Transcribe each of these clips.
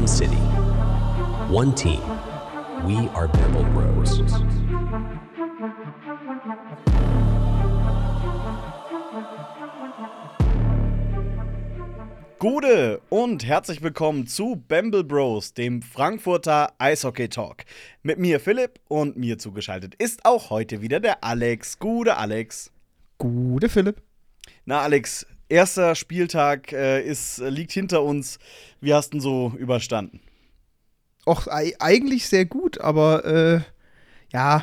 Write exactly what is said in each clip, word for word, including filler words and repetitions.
city. One team. We are Bamble Bros. Gute und herzlich willkommen zu Bamble Bros, dem Frankfurter Eishockey Talk. Mit mir Philipp und mir zugeschaltet ist auch heute wieder der Alex. Gute Alex. Gute Philipp. Na Alex, erster Spieltag äh, ist, liegt hinter uns. Wie hast du ihn so überstanden? Och, e- eigentlich sehr gut, aber äh, ja,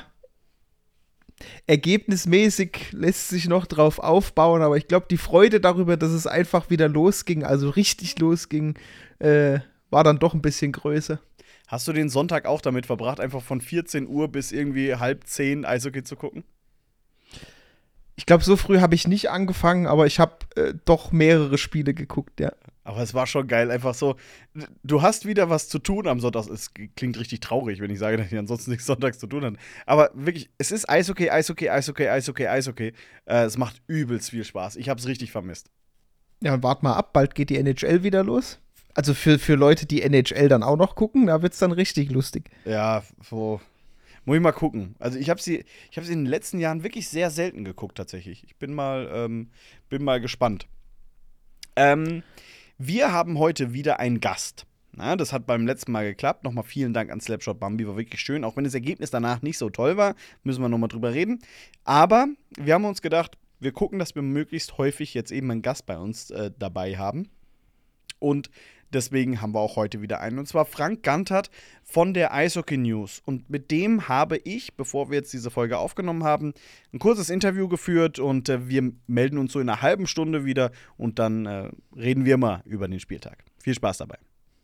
ergebnismäßig lässt sich noch drauf aufbauen, aber ich glaube, die Freude darüber, dass es einfach wieder losging, also richtig losging, äh, war dann doch ein bisschen größer. Hast du den Sonntag auch damit verbracht, einfach von vierzehn Uhr bis irgendwie halb zehn Eishockey zu gucken? Ich glaube, so früh habe ich nicht angefangen, aber ich habe äh, doch mehrere Spiele geguckt, ja. Aber es war schon geil, einfach so, du hast wieder was zu tun am Sonntag. Es klingt richtig traurig, wenn ich sage, dass ich ansonsten nichts sonntags zu tun habe. Aber wirklich, es ist Eishockey, Eishockey, Eishockey, Eishockey, Eishockey. Äh, es macht übelst viel Spaß. Ich habe es richtig vermisst. Ja, und wart mal ab, bald geht die N H L wieder los. Also für, für Leute, die N H L dann auch noch gucken, da wird es dann richtig lustig. Ja, so, muss ich mal gucken. Also ich habe sie, ich habe sie in den letzten Jahren wirklich sehr selten geguckt, tatsächlich. Ich bin mal, ähm, bin mal gespannt. Ähm, Wir haben heute wieder einen Gast. Na, das hat beim letzten Mal geklappt. Nochmal vielen Dank an Slapshot Bambi, war wirklich schön. Auch wenn das Ergebnis danach nicht so toll war, müssen wir nochmal drüber reden. Aber wir haben uns gedacht, wir gucken, dass wir möglichst häufig jetzt eben einen Gast bei uns äh, dabei haben. Und deswegen haben wir auch heute wieder einen. Und zwar Frank Gantert von der Eishockey News. Und mit dem habe ich, bevor wir jetzt diese Folge aufgenommen haben, ein kurzes Interview geführt. Und äh, wir melden uns so in einer halben Stunde wieder. Und dann äh, reden wir mal über den Spieltag. Viel Spaß dabei.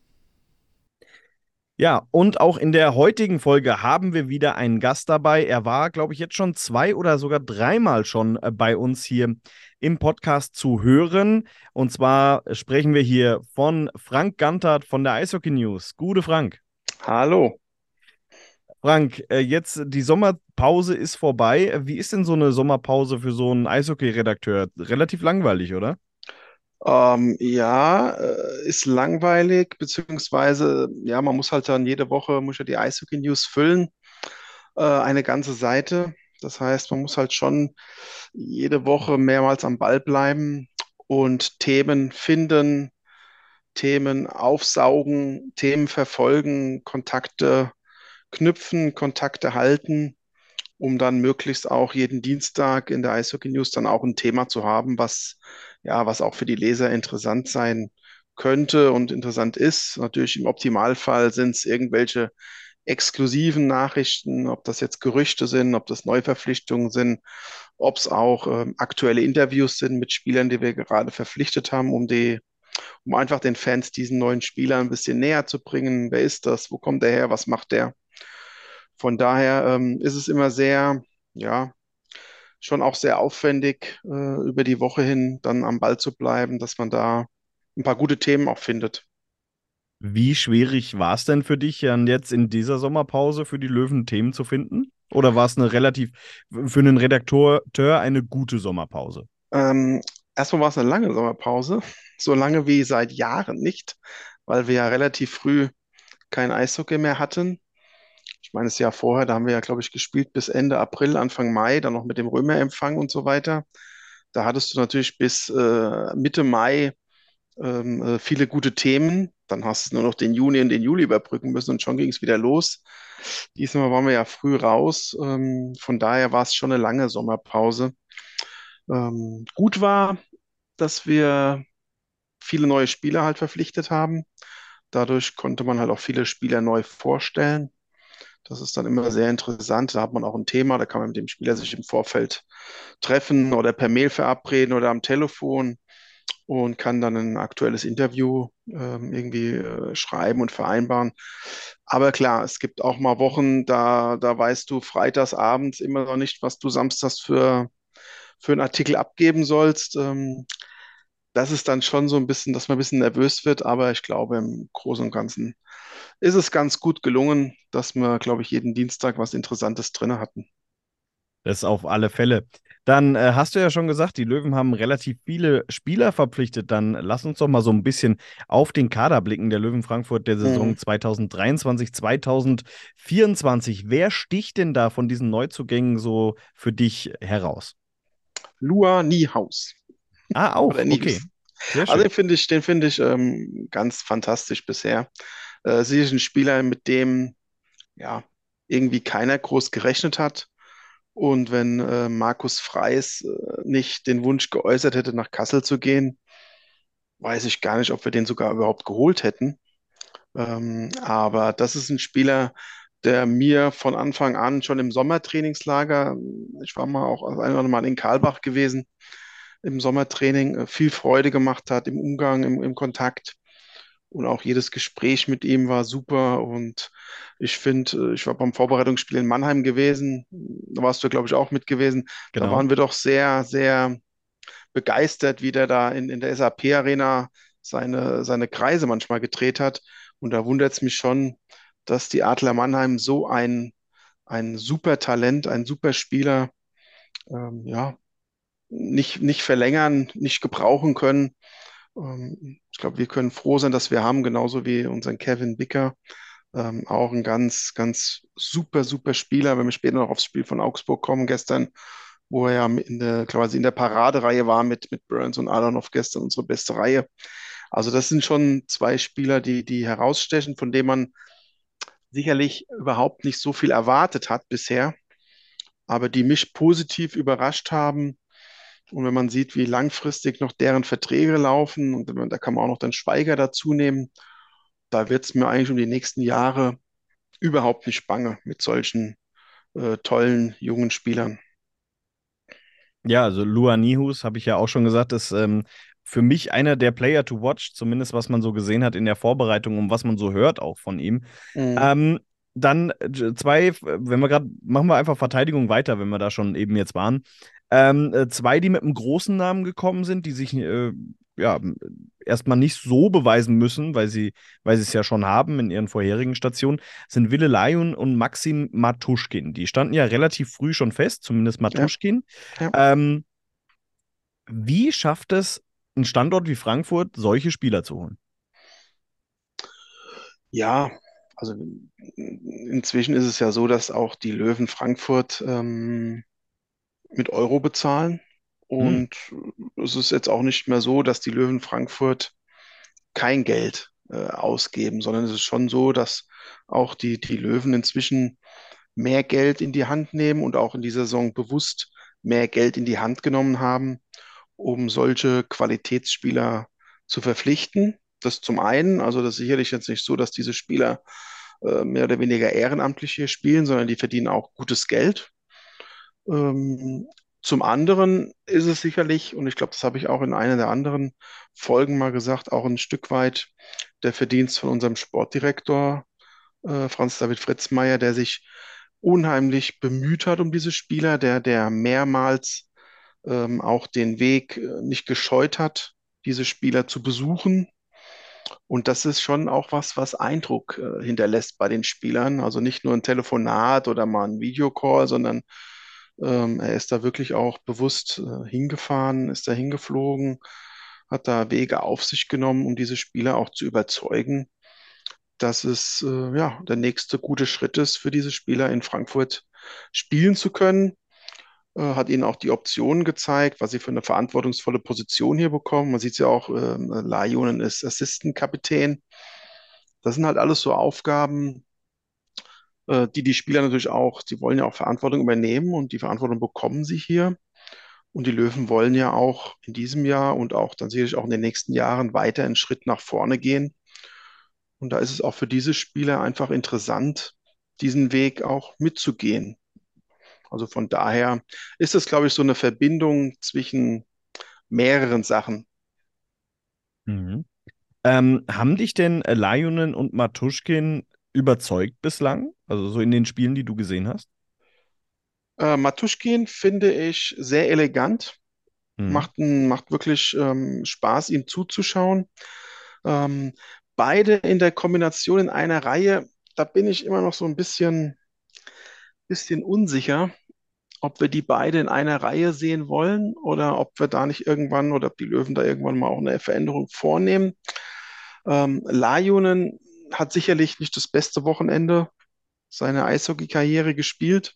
Ja, und auch in der heutigen Folge haben wir wieder einen Gast dabei. Er war, glaube ich, jetzt schon zwei oder sogar dreimal schon äh, bei uns hier im Podcast zu hören. Und zwar sprechen wir hier von Frank Gantert von der Eishockey News. Gute Frank. Hallo. Frank, äh, jetzt die Sommerpause ist vorbei. Wie ist denn so eine Sommerpause für so einen Eishockey-Redakteur? Relativ langweilig, oder? Ähm, ja, äh, ist langweilig, beziehungsweise, ja, man muss halt dann jede Woche, muss ja die Eishockey News füllen, äh, eine ganze Seite. Das heißt, man muss halt schon jede Woche mehrmals am Ball bleiben und Themen finden, Themen aufsaugen, Themen verfolgen, Kontakte knüpfen, Kontakte halten, um dann möglichst auch jeden Dienstag in der Eishockey News dann auch ein Thema zu haben, was ja, was auch für die Leser interessant sein könnte und interessant ist. Natürlich im Optimalfall sind es irgendwelche exklusiven Nachrichten, ob das jetzt Gerüchte sind, ob das Neuverpflichtungen sind, ob es auch ähm, aktuelle Interviews sind mit Spielern, die wir gerade verpflichtet haben, um die, um einfach den Fans diesen neuen Spieler ein bisschen näher zu bringen. Wer ist das? Wo kommt der her? Was macht der? Von daher ähm, ist es immer sehr, ja, schon auch sehr aufwendig, äh, über die Woche hin dann am Ball zu bleiben, dass man da ein paar gute Themen auch findet. Wie schwierig war es denn für dich, dann jetzt in dieser Sommerpause für die Löwen Themen zu finden? Oder war es eine relativ, für einen Redakteur eine gute Sommerpause? Ähm, Erstmal war es eine lange Sommerpause, so lange wie seit Jahren nicht, weil wir ja relativ früh kein Eishockey mehr hatten. Ich meine, das Jahr vorher, da haben wir ja, glaube ich, gespielt bis Ende April, Anfang Mai, dann noch mit dem Römerempfang und so weiter. Da hattest du natürlich bis äh, Mitte Mai ähm, äh, viele gute Themen. Dann hast du nur noch den Juni und den Juli überbrücken müssen und schon ging es wieder los. Diesmal waren wir ja früh raus. Ähm, von daher war es schon eine lange Sommerpause. Ähm, gut war, dass wir viele neue Spieler halt verpflichtet haben. Dadurch konnte man halt auch viele Spieler neu vorstellen. Das ist dann immer sehr interessant. Da hat man auch ein Thema, da kann man mit dem Spieler sich im Vorfeld treffen oder per Mail verabreden oder am Telefon und kann dann ein aktuelles Interview ähm, irgendwie äh, schreiben und vereinbaren. Aber klar, es gibt auch mal Wochen, da, da weißt du freitags abends immer noch nicht, was du samstags für, für einen Artikel abgeben sollst. Ähm, das ist dann schon so ein bisschen, dass man ein bisschen nervös wird, aber ich glaube, im Großen und Ganzen ist es ganz gut gelungen, dass wir, glaube ich, jeden Dienstag was Interessantes drin hatten. Das auf alle Fälle. Dann äh, hast du ja schon gesagt, die Löwen haben relativ viele Spieler verpflichtet. Dann lass uns doch mal so ein bisschen auf den Kader blicken der Löwen Frankfurt der Mhm. Saison zwanzig dreiundzwanzig, zwanzig vierundzwanzig. Wer sticht denn da von diesen Neuzugängen so für dich heraus? Lua Niehaus Ah, oder auch, okay. Nius. Sehr Also schön. den finde ich, den finde ich ähm, ganz fantastisch bisher. Äh, sie ist ein Spieler, mit dem ja irgendwie keiner groß gerechnet hat. Und wenn äh, Markus Freis äh, nicht den Wunsch geäußert hätte, nach Kassel zu gehen, weiß ich gar nicht, ob wir den sogar überhaupt geholt hätten. Ähm, aber das ist ein Spieler, der mir von Anfang an schon im Sommertrainingslager, ich war mal auch ein oder andere Mal in Karlbach gewesen, im Sommertraining äh, viel Freude gemacht hat im Umgang, im, im Kontakt. Und auch jedes Gespräch mit ihm war super. Und ich finde, äh, ich war beim Vorbereitungsspiel in Mannheim gewesen. Da warst du, glaube ich, auch mit gewesen. Da Genau. waren wir doch sehr, sehr begeistert, wie der da in, in der S A P-Arena seine, seine Kreise manchmal gedreht hat. Und da wundert es mich schon, dass die Adler Mannheim so ein, ein super Talent, ein super Spieler, ähm, ja, nicht, nicht verlängern, nicht gebrauchen können. Ähm, ich glaube, wir können froh sein, dass wir haben, genauso wie unseren Kevin Bicker, ähm, auch ein ganz, ganz super, super Spieler. Wenn wir später noch aufs Spiel von Augsburg kommen, gestern, wo er ja in der, quasi in der Paradereihe war mit, mit Burns und Alanov gestern, unsere beste Reihe. Also das sind schon zwei Spieler, die, die herausstechen, von denen man sicherlich überhaupt nicht so viel erwartet hat bisher, aber die mich positiv überrascht haben. Und wenn man sieht, wie langfristig noch deren Verträge laufen, und da kann man auch noch den Schweiger dazu nehmen, da wird es mir eigentlich um die nächsten Jahre überhaupt nicht bange mit solchen äh, tollen jungen Spielern. Ja, also Lua Nihus, habe ich ja auch schon gesagt, ist ähm, für mich einer der Player to watch, zumindest was man so gesehen hat in der Vorbereitung und was man so hört auch von ihm. Mhm. Ähm, dann äh, zwei, äh, wenn wir gerade, machen wir einfach Verteidigung weiter, wenn wir da schon eben jetzt waren. Ähm, äh, zwei, die mit einem großen Namen gekommen sind, die sich äh, ja erstmal nicht so beweisen müssen, weil sie, weil sie es ja schon haben in ihren vorherigen Stationen, sind Ville Lajun und Maxim Matuschkin. Die standen ja relativ früh schon fest, zumindest Ja, Matuschkin. ja. Ähm, Wie schafft es ein Standort wie Frankfurt, solche Spieler zu holen? Ja, also inzwischen ist es ja so, dass auch die Löwen Frankfurt ähm, mit Euro bezahlen. Hm. Und es ist jetzt auch nicht mehr so, dass die Löwen Frankfurt kein Geld äh, ausgeben, sondern es ist schon so, dass auch die, die Löwen inzwischen mehr Geld in die Hand nehmen und auch in dieser Saison bewusst mehr Geld in die Hand genommen haben, um solche Qualitätsspieler zu verpflichten. Das zum einen, also das ist sicherlich jetzt nicht so, dass diese Spieler äh, mehr oder weniger ehrenamtlich hier spielen, sondern die verdienen auch gutes Geld. Ähm, Zum anderen ist es sicherlich, und ich glaube, das habe ich auch in einer der anderen Folgen mal gesagt, auch ein Stück weit der Verdienst von unserem Sportdirektor, äh, Franz David Fritzmeier, der sich unheimlich bemüht hat um diese Spieler, der, der mehrmals ähm, auch den Weg äh, nicht gescheut hat, diese Spieler zu besuchen. Und das ist schon auch was, was Eindruck äh, hinterlässt bei den Spielern. Also nicht nur ein Telefonat oder mal ein Videocall, sondern ähm, er ist da wirklich auch bewusst äh, hingefahren, ist da hingeflogen, hat da Wege auf sich genommen, um diese Spieler auch zu überzeugen, dass es äh, ja der nächste gute Schritt ist für diese Spieler in Frankfurt spielen zu können. Äh, hat ihnen auch die Optionen gezeigt, was sie für eine verantwortungsvolle Position hier bekommen. Man sieht es ja auch, äh, Lajunen ist Assistant-Kapitän. Das sind halt alles so Aufgaben, äh, die die Spieler natürlich auch, sie wollen ja auch Verantwortung übernehmen und die Verantwortung bekommen sie hier. Und die Löwen wollen ja auch in diesem Jahr und auch dann sicherlich auch in den nächsten Jahren weiter einen Schritt nach vorne gehen. Und da ist es auch für diese Spieler einfach interessant, diesen Weg auch mitzugehen. Also von daher ist es, glaube ich, so eine Verbindung zwischen mehreren Sachen. Mhm. Ähm, haben dich denn äh, Lajunen und Matuschkin überzeugt bislang? Also so in den Spielen, die du gesehen hast? Äh, Matuschkin finde ich sehr elegant, Mhm. macht, ein, macht wirklich ähm, Spaß, ihm zuzuschauen. Ähm, Beide in der Kombination in einer Reihe, da bin ich immer noch so ein bisschen, bisschen unsicher, ob wir die beide in einer Reihe sehen wollen oder ob wir da nicht irgendwann oder ob die Löwen da irgendwann mal auch eine Veränderung vornehmen. Ähm, Laajonen hat sicherlich nicht das beste Wochenende seiner Eishockey-Karriere gespielt.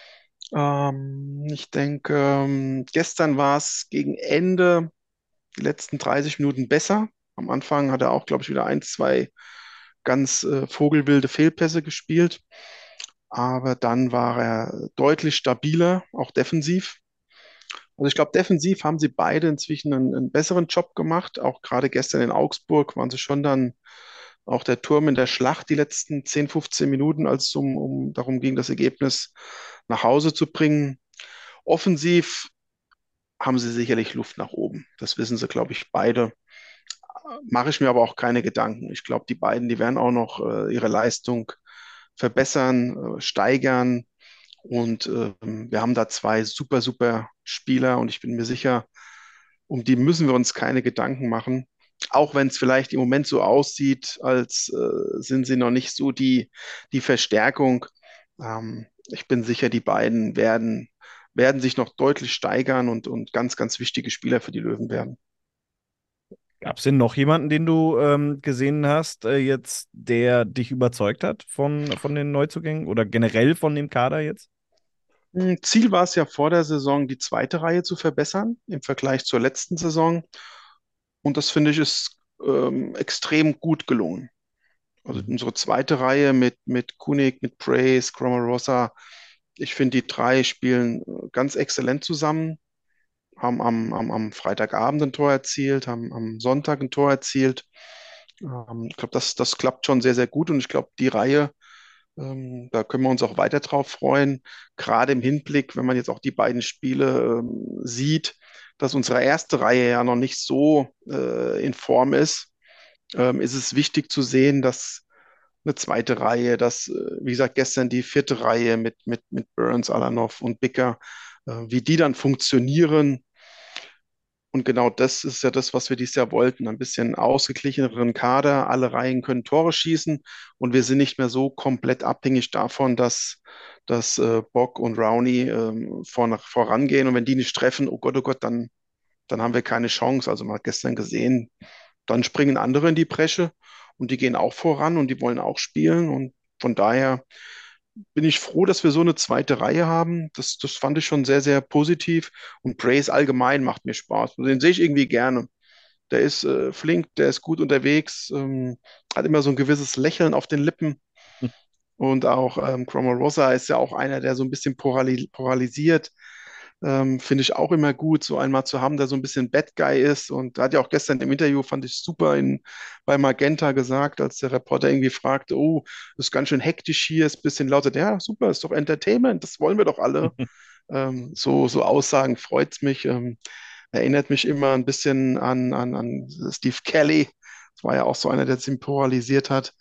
Ähm, ich denke, ähm, gestern war es gegen Ende, die letzten dreißig Minuten besser. Am Anfang hat er auch, glaube ich, wieder ein, zwei ganz äh, vogelwilde Fehlpässe gespielt. Aber dann war er deutlich stabiler, auch defensiv. Also ich glaube, defensiv haben sie beide inzwischen einen, einen besseren Job gemacht. Auch gerade gestern in Augsburg waren sie schon dann auch der Turm in der Schlacht die letzten zehn, fünfzehn Minuten, als es um, um darum ging, das Ergebnis nach Hause zu bringen. Offensiv haben sie sicherlich Luft nach oben. Das wissen sie, glaube ich, beide. Mache ich mir aber auch keine Gedanken. Ich glaube, die beiden, die werden auch noch äh, ihre Leistung verbessern, äh, steigern. Und ähm, wir haben da zwei super, super Spieler und ich bin mir sicher, um die müssen wir uns keine Gedanken machen. Auch wenn es vielleicht im Moment so aussieht, als äh, sind sie noch nicht so die, die Verstärkung. Ähm, ich bin sicher, die beiden werden, werden sich noch deutlich steigern und, und ganz, ganz wichtige Spieler für die Löwen werden. Gab es denn noch jemanden, den du ähm, gesehen hast, äh, jetzt, der dich überzeugt hat von, von den Neuzugängen oder generell von dem Kader jetzt? Hm, Ziel war es ja vor der Saison, die zweite Reihe zu verbessern im Vergleich zur letzten Saison. Und das finde ich ist ähm, extrem gut gelungen. Also Mhm. unsere zweite Reihe mit, mit Kunig, mit Praise, Rosa, ich finde, die drei spielen äh, ganz exzellent zusammen, haben am, am, am Freitagabend ein Tor erzielt, haben am Sonntag ein Tor erzielt. Ähm, ich glaube, das, das klappt schon sehr, sehr gut und ich glaube, die Reihe, ähm, da können wir uns auch weiter drauf freuen, gerade im Hinblick, wenn man jetzt auch die beiden Spiele ähm, sieht, dass unsere erste Reihe ja noch nicht so äh, in Form ist, ähm, ist es wichtig zu sehen, dass eine zweite Reihe, dass, äh, wie gesagt, gestern die vierte Reihe mit, mit, mit Burns, Alanov und Bicker, äh, wie die dann funktionieren. Und genau das ist ja das, was wir dieses Jahr wollten. Ein bisschen ausgeglicheneren Kader. Alle Reihen können Tore schießen und wir sind nicht mehr so komplett abhängig davon, dass, dass äh, Bock und Rowney ähm, vor, vorangehen. Und wenn die nicht treffen, oh Gott, oh Gott, dann, dann haben wir keine Chance. Also man hat gestern gesehen, dann springen andere in die Bresche und die gehen auch voran und die wollen auch spielen. Und von daher bin ich froh, dass wir so eine zweite Reihe haben. Das, das fand ich schon sehr, sehr positiv. Und Praise allgemein macht mir Spaß. Also den sehe ich irgendwie gerne. Der ist äh, flink, der ist gut unterwegs, ähm, hat immer so ein gewisses Lächeln auf den Lippen. Und auch ähm, Rosa ist ja auch einer, der so ein bisschen porali polarisiert. Ähm, finde ich auch immer gut, so einmal zu haben, der so ein bisschen Bad Guy ist. Und da hat ja auch gestern im Interview, fand ich super, in, bei Magenta gesagt, als der Reporter irgendwie fragte, oh, das ist ganz schön hektisch hier, ist ein bisschen lauter. Ja, super, ist doch Entertainment, das wollen wir doch alle. Ähm, so, so Aussagen freut es mich. Ähm, erinnert mich immer ein bisschen an, an, an Steve Kelly. Das war ja auch so einer, der ziemlich polarisiert hat.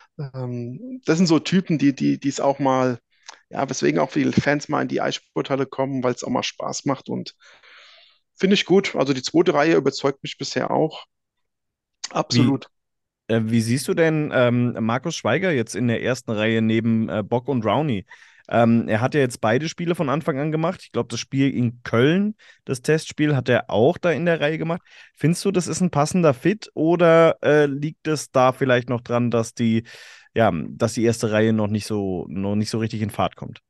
Ähm, das sind so Typen, die, die, die es auch mal, ja, weswegen auch viele Fans mal in die Eissporthalle kommen, weil es auch mal Spaß macht und finde ich gut. Also die zweite Reihe überzeugt mich bisher auch. Wie, Absolut. äh, wie siehst du denn ähm, Markus Schweiger jetzt in der ersten Reihe neben äh, Bock und Rowney? Ähm, er hat ja jetzt beide Spiele von Anfang an gemacht. Ich glaube, das Spiel in Köln, das Testspiel, hat er auch da in der Reihe gemacht. Findest du, das ist ein passender Fit oder äh, liegt es da vielleicht noch dran, dass die, ja, dass die erste Reihe noch nicht so, noch nicht so richtig in Fahrt kommt?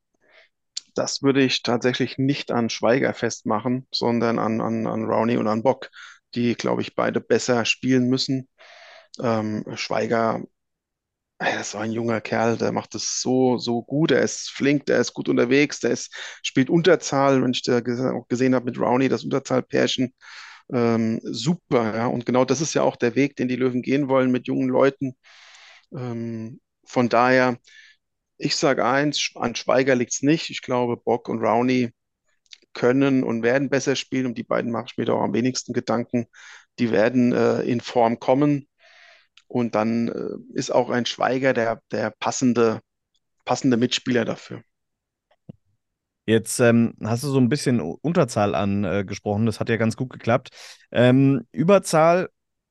Das würde ich tatsächlich nicht an Schweiger festmachen, sondern an, an, an Rowney und an Bock, die, glaube ich, beide besser spielen müssen. Ähm, Schweiger, ey, das war ein junger Kerl, der macht es so, so gut. Er ist flink, der ist gut unterwegs, der ist, spielt Unterzahl, wenn ich da gese- auch gesehen habe mit Rowney, das Unterzahlpärchen. Ähm, super, ja. Und genau das ist ja auch der Weg, den die Löwen gehen wollen mit jungen Leuten. Ähm, von daher, ich sage eins, an Schweiger liegt es nicht. Ich glaube, Bock und Rowney können und werden besser spielen. Um die beiden mache ich mir da auch am wenigsten Gedanken. Die werden äh, in Form kommen. Und dann äh, ist auch ein Schweiger der, der passende, passende Mitspieler dafür. Jetzt ähm, hast du so ein bisschen U- Unterzahl angesprochen, das hat ja ganz gut geklappt. Ähm, Überzahl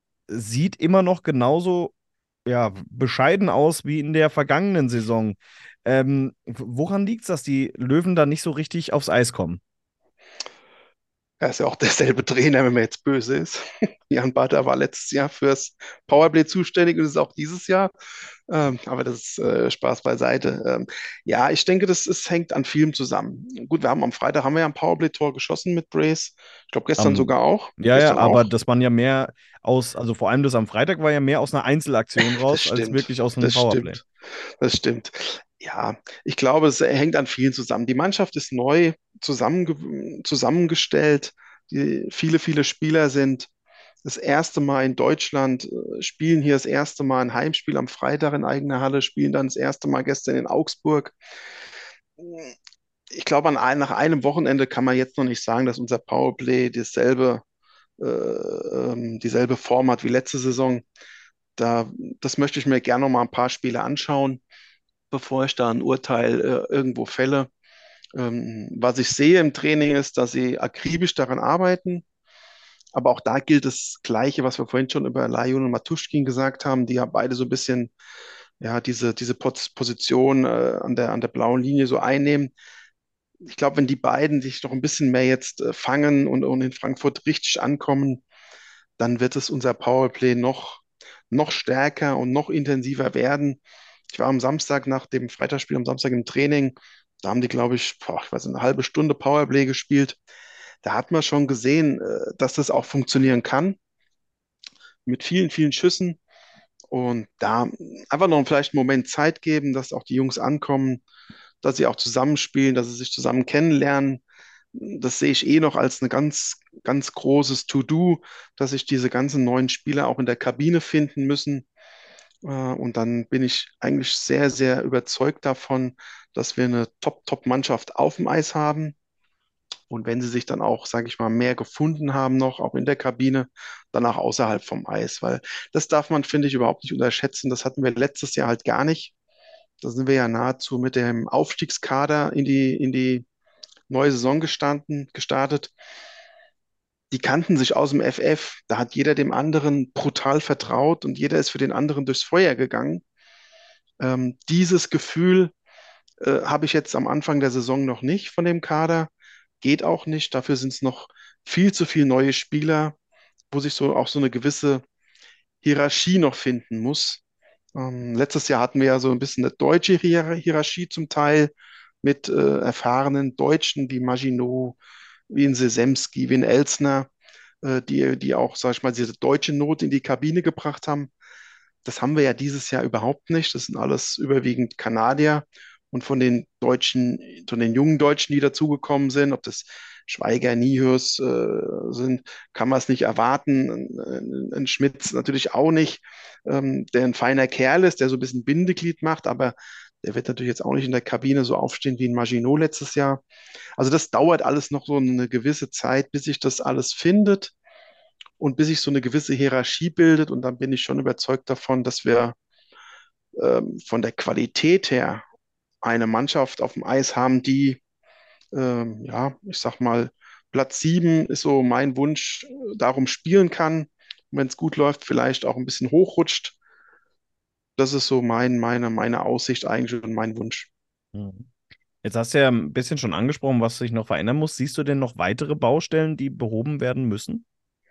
sieht immer noch genauso ja, bescheiden aus wie in der vergangenen Saison. Ähm, woran liegt es, dass die Löwen da nicht so richtig aufs Eis kommen? Er ist ja auch derselbe Trainer, wenn man jetzt böse ist. Jan Bader war letztes Jahr fürs Powerplay zuständig und ist auch dieses Jahr. Ähm, aber das ist äh, Spaß beiseite. Ähm, ja, ich denke, das ist, hängt an vielem zusammen. Gut, wir haben am Freitag haben wir ja ein Powerplay-Tor geschossen mit Brace. Ich glaube, gestern Am, sogar auch. ja, ja, Gestern aber auch. das waren ja mehr aus, also vor allem das am Freitag war ja mehr aus einer Einzelaktion Das raus, als stimmt. wirklich aus einem Das Powerplay. stimmt. Das stimmt. Ja, ich glaube, es hängt an vielen zusammen. Die Mannschaft ist neu zusammenge zusammengestellt. Die, viele, viele Spieler sind das erste Mal in Deutschland, äh, spielen hier das erste Mal ein Heimspiel am Freitag in eigener Halle, spielen dann das erste Mal gestern in Augsburg. Ich glaube, an ein, nach einem Wochenende kann man jetzt noch nicht sagen, dass unser Powerplay dasselbe, äh, ähm, dieselbe Form hat wie letzte Saison. Da, das möchte ich mir gerne noch mal ein paar Spiele anschauen, bevor ich da ein Urteil äh, irgendwo fälle. Ähm, was ich sehe im Training ist, dass sie akribisch daran arbeiten. Aber auch da gilt das Gleiche, was wir vorhin schon über Lajun und Matuschkin gesagt haben, die ja beide so ein bisschen ja, diese, diese Pos- Position äh, an der, an der blauen Linie so einnehmen. Ich glaube, wenn die beiden sich noch ein bisschen mehr jetzt äh, fangen und, und in Frankfurt richtig ankommen, dann wird es unser Powerplay noch, noch stärker und noch intensiver werden. Ich war am Samstag nach dem Freitagsspiel am Samstag im Training. Da haben die, glaube ich, boah, ich weiß nicht, eine halbe Stunde Powerplay gespielt. Da hat man schon gesehen, äh, dass das auch funktionieren kann mit vielen, vielen Schüssen. Und da einfach noch vielleicht einen Moment Zeit geben, dass auch die Jungs ankommen, dass sie auch zusammenspielen, dass sie sich zusammen kennenlernen. Das sehe ich eh noch als ein ganz, ganz großes To-Do, dass sich diese ganzen neuen Spieler auch in der Kabine finden müssen. Äh, Und dann bin ich eigentlich sehr, sehr überzeugt davon, dass wir eine Top-Top-Mannschaft auf dem Eis haben. Und wenn sie sich dann auch, sage ich mal, mehr gefunden haben noch, auch in der Kabine, dann auch außerhalb vom Eis, weil das darf man, finde ich, überhaupt nicht unterschätzen. Das hatten wir letztes Jahr halt gar nicht. Da sind wir ja nahezu mit dem Aufstiegskader in die, in die neue Saison gestanden, gestartet. Die kannten sich aus dem F F. Da hat jeder dem anderen brutal vertraut und jeder ist für den anderen durchs Feuer gegangen. Ähm, dieses Gefühl äh, habe ich jetzt am Anfang der Saison noch nicht von dem Kader. Geht auch nicht. Dafür sind es noch viel zu viele neue Spieler, wo sich so auch so eine gewisse Hierarchie noch finden muss. Ähm, letztes Jahr hatten wir ja so ein bisschen eine deutsche Hier Hierarchie zum Teil mit äh, erfahrenen Deutschen wie Maginot, wie ein Sesemski, wie ein Elsner, äh, die, die auch, sag ich mal, diese deutsche Note in die Kabine gebracht haben. Das haben wir ja dieses Jahr überhaupt nicht. Das sind alles überwiegend Kanadier. Und von den Deutschen, von den jungen Deutschen, die dazugekommen sind, ob das Schweiger, Niehörs äh, sind, kann man es nicht erwarten. Ein, ein Schmitz natürlich auch nicht, ähm, der ein feiner Kerl ist, der so ein bisschen Bindeglied macht, aber der wird natürlich jetzt auch nicht in der Kabine so aufstehen wie ein Maginot letztes Jahr. Also das dauert alles noch so eine gewisse Zeit, bis sich das alles findet und bis sich so eine gewisse Hierarchie bildet. Und dann bin ich schon überzeugt davon, dass wir ähm, von der Qualität her eine Mannschaft auf dem Eis haben, die, ähm, ja, ich sag mal, Platz sieben ist so mein Wunsch, äh, darum spielen kann. Wenn es gut läuft, vielleicht auch ein bisschen hochrutscht. Das ist so mein, meine, meine Aussicht eigentlich und mein Wunsch. Mhm. Jetzt hast du ja ein bisschen schon angesprochen, was sich noch verändern muss. Siehst du denn noch weitere Baustellen, die behoben werden müssen?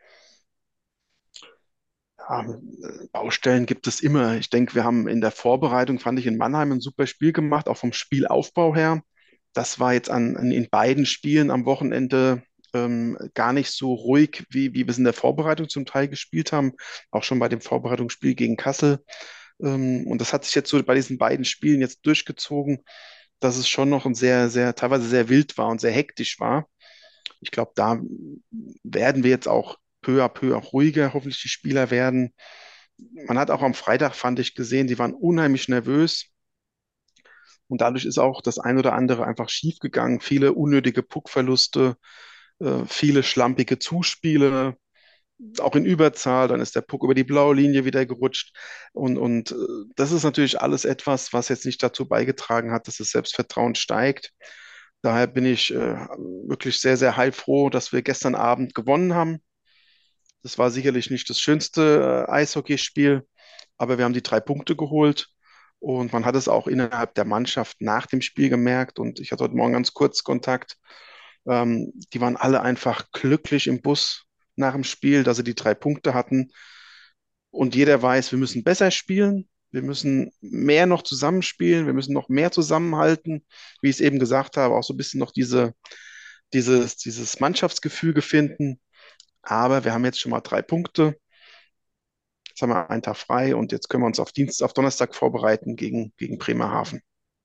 Ja, äh, Baustellen gibt es immer. Ich denke, wir haben in der Vorbereitung, fand ich in Mannheim ein super Spiel gemacht, auch vom Spielaufbau her. Das war jetzt an, an, in beiden Spielen am Wochenende ähm, gar nicht so ruhig, wie, wie wir es in der Vorbereitung zum Teil gespielt haben. Auch schon bei dem Vorbereitungsspiel gegen Kassel. Ähm, und das hat sich jetzt so bei diesen beiden Spielen jetzt durchgezogen, dass es schon noch ein sehr, sehr, teilweise sehr wild war und sehr hektisch war. Ich glaube, da werden wir jetzt auch peu à peu auch ruhiger, hoffentlich die Spieler werden. Man hat auch am Freitag, fand ich, gesehen, die waren unheimlich nervös. Und dadurch ist auch das ein oder andere einfach schiefgegangen. Viele unnötige Puckverluste, äh, viele schlampige Zuspiele, auch in Überzahl. Dann ist der Puck über die blaue Linie wieder gerutscht. Und, und äh, das ist natürlich alles etwas, was jetzt nicht dazu beigetragen hat, dass das Selbstvertrauen steigt. Daher bin ich äh, wirklich sehr, sehr heilfroh, dass wir gestern Abend gewonnen haben. Das war sicherlich nicht das schönste äh, Eishockeyspiel, aber wir haben die drei Punkte geholt. Und man hat es auch innerhalb der Mannschaft nach dem Spiel gemerkt. Und ich hatte heute Morgen ganz kurz Kontakt. Ähm, die waren alle einfach glücklich im Bus nach dem Spiel, dass sie die drei Punkte hatten. Und jeder weiß, wir müssen besser spielen. Wir müssen mehr noch zusammenspielen. Wir müssen noch mehr zusammenhalten. Wie ich es eben gesagt habe, auch so ein bisschen noch diese, dieses, dieses Mannschaftsgefüge finden. Aber wir haben jetzt schon mal drei Punkte. Jetzt haben wir einen Tag frei und jetzt können wir uns auf Dienst, auf Donnerstag vorbereiten gegen, gegen Bremerhaven.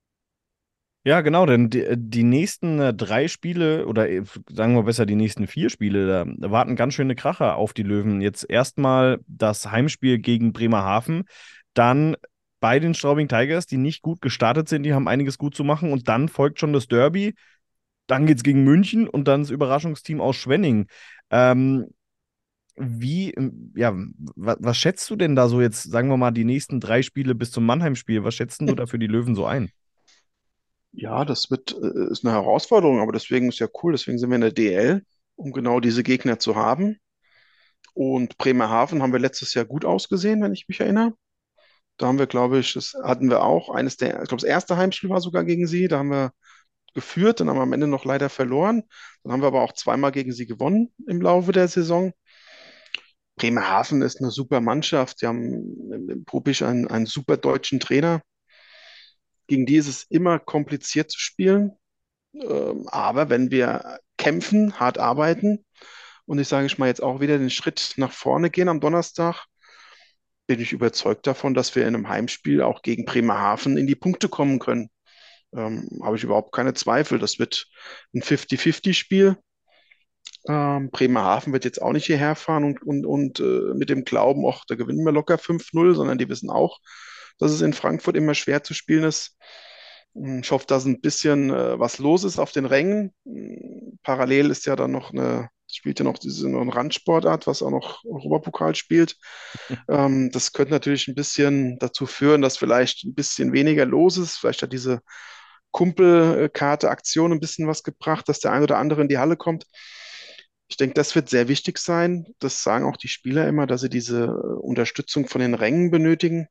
Ja, genau, denn die, die nächsten äh, drei Spiele oder äh, sagen wir besser die nächsten vier Spiele, da, da warten ganz schöne Kracher auf die Löwen. Jetzt erstmal das Heimspiel gegen Bremerhaven, dann bei den Straubing Tigers, die nicht gut gestartet sind, die haben einiges gut zu machen und dann folgt schon das Derby, dann geht's gegen München und dann das Überraschungsteam aus Schwenning. Ähm, wie, ähm, ja, wa, was schätzt du denn da so jetzt, sagen wir mal, die nächsten drei Spiele bis zum Mannheim-Spiel, was schätzt denn du da für die Löwen so ein? Ja, das wird, äh, ist eine Herausforderung, aber deswegen ist ja cool. Deswegen sind wir in der D L, um genau diese Gegner zu haben. Und Bremerhaven haben wir letztes Jahr gut ausgesehen, wenn ich mich erinnere. Da haben wir, glaube ich, das hatten wir auch. Eines der, ich glaube, das erste Heimspiel war sogar gegen sie. Da haben wir geführt, dann haben wir am Ende noch leider verloren. Dann haben wir aber auch zweimal gegen sie gewonnen im Laufe der Saison. Bremerhaven ist eine super Mannschaft. Die haben im Probisch einen, einen super deutschen Trainer. Gegen die ist es immer kompliziert zu spielen. Ähm, aber wenn wir kämpfen, hart arbeiten und ich sage ich mal jetzt auch wieder den Schritt nach vorne gehen am Donnerstag, bin ich überzeugt davon, dass wir in einem Heimspiel auch gegen Bremerhaven in die Punkte kommen können. Ähm, habe ich überhaupt keine Zweifel. Das wird ein fünfzig fünfzig-Spiel. Ähm, Bremerhaven wird jetzt auch nicht hierher fahren und, und, und äh, mit dem Glauben, ach, da gewinnen wir locker fünf null, sondern die wissen auch, dass es in Frankfurt immer schwer zu spielen ist. Hm, Ich hoffe, dass ein bisschen äh, was los ist auf den Rängen. Hm, Parallel ist ja dann noch eine, spielt ja noch diese noch eine Randsportart, was auch noch Europapokal spielt. Ähm, das könnte natürlich ein bisschen dazu führen, dass vielleicht ein bisschen weniger los ist. Vielleicht hat diese Kumpelkarte-Aktion ein bisschen was gebracht, dass der ein oder andere in die Halle kommt. Ich denke, das wird sehr wichtig sein. Das sagen auch die Spieler immer, dass sie diese äh, Unterstützung von den Rängen benötigen.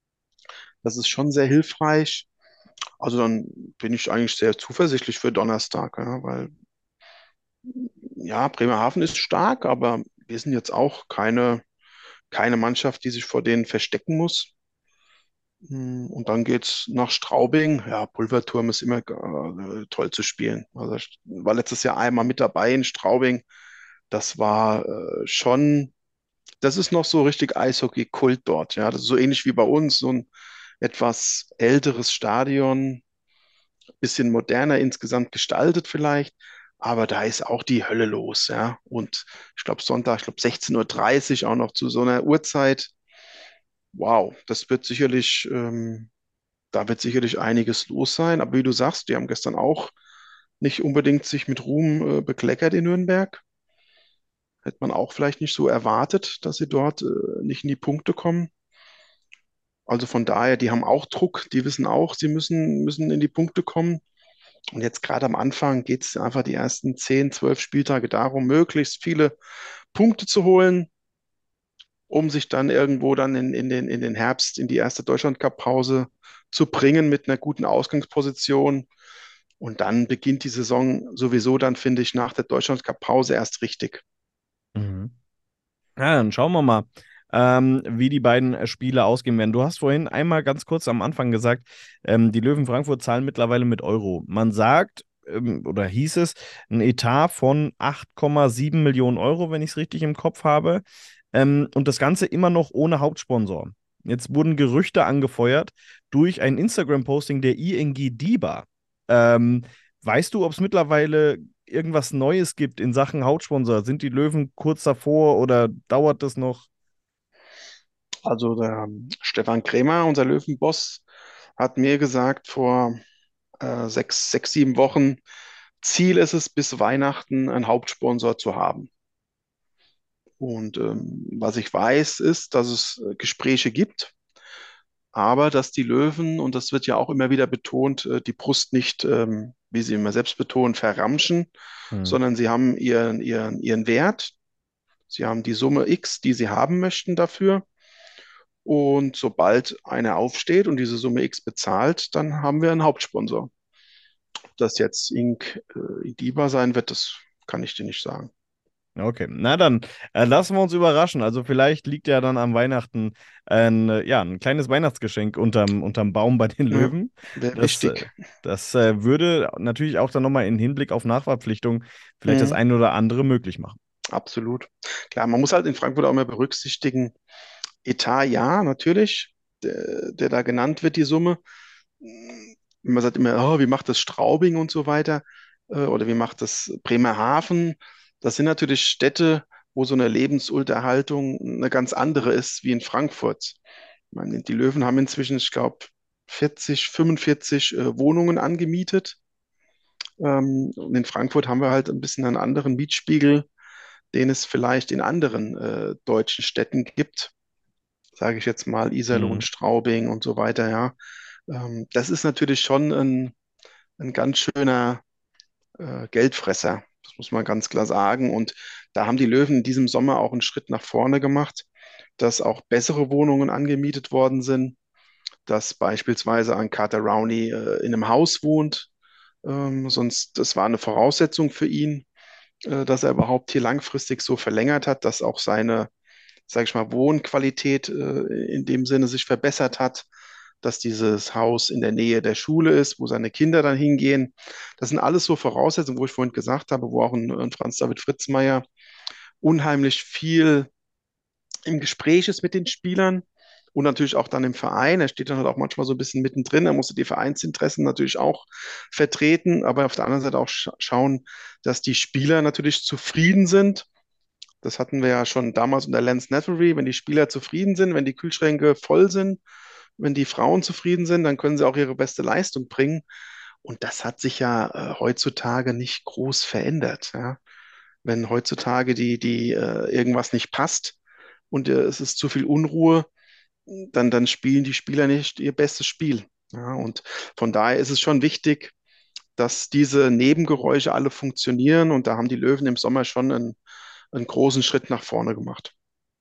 Das ist schon sehr hilfreich. Also dann bin ich eigentlich sehr zuversichtlich für Donnerstag, ja, weil ja, Bremerhaven ist stark, aber wir sind jetzt auch keine, keine Mannschaft, die sich vor denen verstecken muss. Mm, Und dann geht's nach Straubing. Ja, Pulverturm ist immer äh, toll zu spielen. Also ich war letztes Jahr einmal mit dabei in Straubing. Das war äh, schon, das ist noch so richtig Eishockey-Kult dort. Ja, das ist so ähnlich wie bei uns, so ein etwas älteres Stadion, bisschen moderner insgesamt gestaltet vielleicht, aber da ist auch die Hölle los, ja. Und ich glaube Sonntag, ich glaube sechzehn Uhr dreißig auch noch zu so einer Uhrzeit. Wow, das wird sicherlich, ähm, da wird sicherlich einiges los sein. Aber wie du sagst, die haben gestern auch nicht unbedingt sich mit Ruhm äh, bekleckert in Nürnberg. Hätte man auch vielleicht nicht so erwartet, dass sie dort äh, nicht in die Punkte kommen. Also von daher, die haben auch Druck, die wissen auch, sie müssen, müssen in die Punkte kommen. Und jetzt gerade am Anfang geht es einfach die ersten zehn, zwölf Spieltage darum, möglichst viele Punkte zu holen, um sich dann irgendwo dann in, in den, in den Herbst, in die erste Deutschland-Cup-Pause zu bringen mit einer guten Ausgangsposition. Und dann beginnt die Saison sowieso dann, finde ich, nach der Deutschland-Cup-Pause erst richtig. Mhm. Ja, dann schauen wir mal, ähm, wie die beiden äh, Spiele ausgehen werden. Du hast vorhin einmal ganz kurz am Anfang gesagt, ähm, die Löwen Frankfurt zahlen mittlerweile mit Euro. Man sagt, ähm, oder hieß es, ein Etat von acht Komma sieben Millionen Euro, wenn ich es richtig im Kopf habe. Ähm, und das Ganze immer noch ohne Hauptsponsor. Jetzt wurden Gerüchte angefeuert durch ein Instagram-Posting der I N G DIBA. Ähm, weißt du, ob es mittlerweile irgendwas Neues gibt in Sachen Hauptsponsor? Sind die Löwen kurz davor oder dauert das noch? Also der ähm, Stefan Krämer, unser Löwenboss, hat mir gesagt vor äh, sechs, sechs, sieben Wochen, Ziel ist es, bis Weihnachten einen Hauptsponsor zu haben. Und ähm, was ich weiß, ist, dass es äh, Gespräche gibt, aber dass die Löwen, und das wird ja auch immer wieder betont, äh, die Brust nicht, ähm, wie sie immer selbst betonen, verramschen, Hm. sondern sie haben ihren, ihren, ihren Wert, sie haben die Summe X, die sie haben möchten dafür. Und sobald einer aufsteht und diese Summe X bezahlt, dann haben wir einen Hauptsponsor. Ob das jetzt Ink äh, Idiba sein wird, das kann ich dir nicht sagen. Okay, na dann äh, lassen wir uns überraschen. Also vielleicht liegt ja dann am Weihnachten ein, äh, ja, ein kleines Weihnachtsgeschenk unterm, unterm Baum bei den Ja, Löwen. wäre Das, äh, wichtig. das äh, würde natürlich auch dann nochmal in Hinblick auf Nachverpflichtung vielleicht das Mhm, eine oder andere möglich machen. absolut. Klar, man muss halt in Frankfurt auch mal berücksichtigen, Etat, ja, natürlich, der, der da genannt wird, die Summe. Man sagt immer, oh, wie macht das Straubing und so weiter, äh, oder wie macht das Bremerhaven? Das sind natürlich Städte, wo so eine Lebensunterhaltung eine ganz andere ist wie in Frankfurt. Ich meine, die Löwen haben inzwischen, ich glaube, vierzig, fünfundvierzig äh, Wohnungen angemietet. Ähm, und in Frankfurt haben wir halt ein bisschen einen anderen Mietspiegel, den es vielleicht in anderen äh, deutschen Städten gibt, sage ich jetzt mal, Iserlohn, Mhm. Straubing und so weiter, ja. Ähm, das ist natürlich schon ein, ein ganz schöner äh, Geldfresser. Das muss man ganz klar sagen. Und da haben die Löwen in diesem Sommer auch einen Schritt nach vorne gemacht, dass auch bessere Wohnungen angemietet worden sind, dass beispielsweise ein Carter Rowney äh, in einem Haus wohnt. Ähm, sonst, das war eine Voraussetzung für ihn, äh, dass er überhaupt hier langfristig so verlängert hat, dass auch seine, sage ich mal, Wohnqualität äh, in dem Sinne sich verbessert hat, dass dieses Haus in der Nähe der Schule ist, wo seine Kinder dann hingehen. Das sind alles so Voraussetzungen, wo ich vorhin gesagt habe, wo auch ein, ein Franz David Fritzmeier unheimlich viel im Gespräch ist mit den Spielern und natürlich auch dann im Verein. Er steht dann halt auch manchmal so ein bisschen mittendrin. Er musste die Vereinsinteressen natürlich auch vertreten, aber auf der anderen Seite auch sch schauen, dass die Spieler natürlich zufrieden sind. Das hatten wir ja schon damals unter Lance Nethery. Wenn die Spieler zufrieden sind, wenn die Kühlschränke voll sind, wenn die Frauen zufrieden sind, dann können sie auch ihre beste Leistung bringen. Und das hat sich ja äh, heutzutage nicht groß verändert. Ja? Wenn heutzutage die, die äh, irgendwas nicht passt und äh, es ist zu viel Unruhe, dann, dann spielen die Spieler nicht ihr bestes Spiel. Ja? Und von daher ist es schon wichtig, dass diese Nebengeräusche alle funktionieren. Und da haben die Löwen im Sommer schon einen, einen großen Schritt nach vorne gemacht.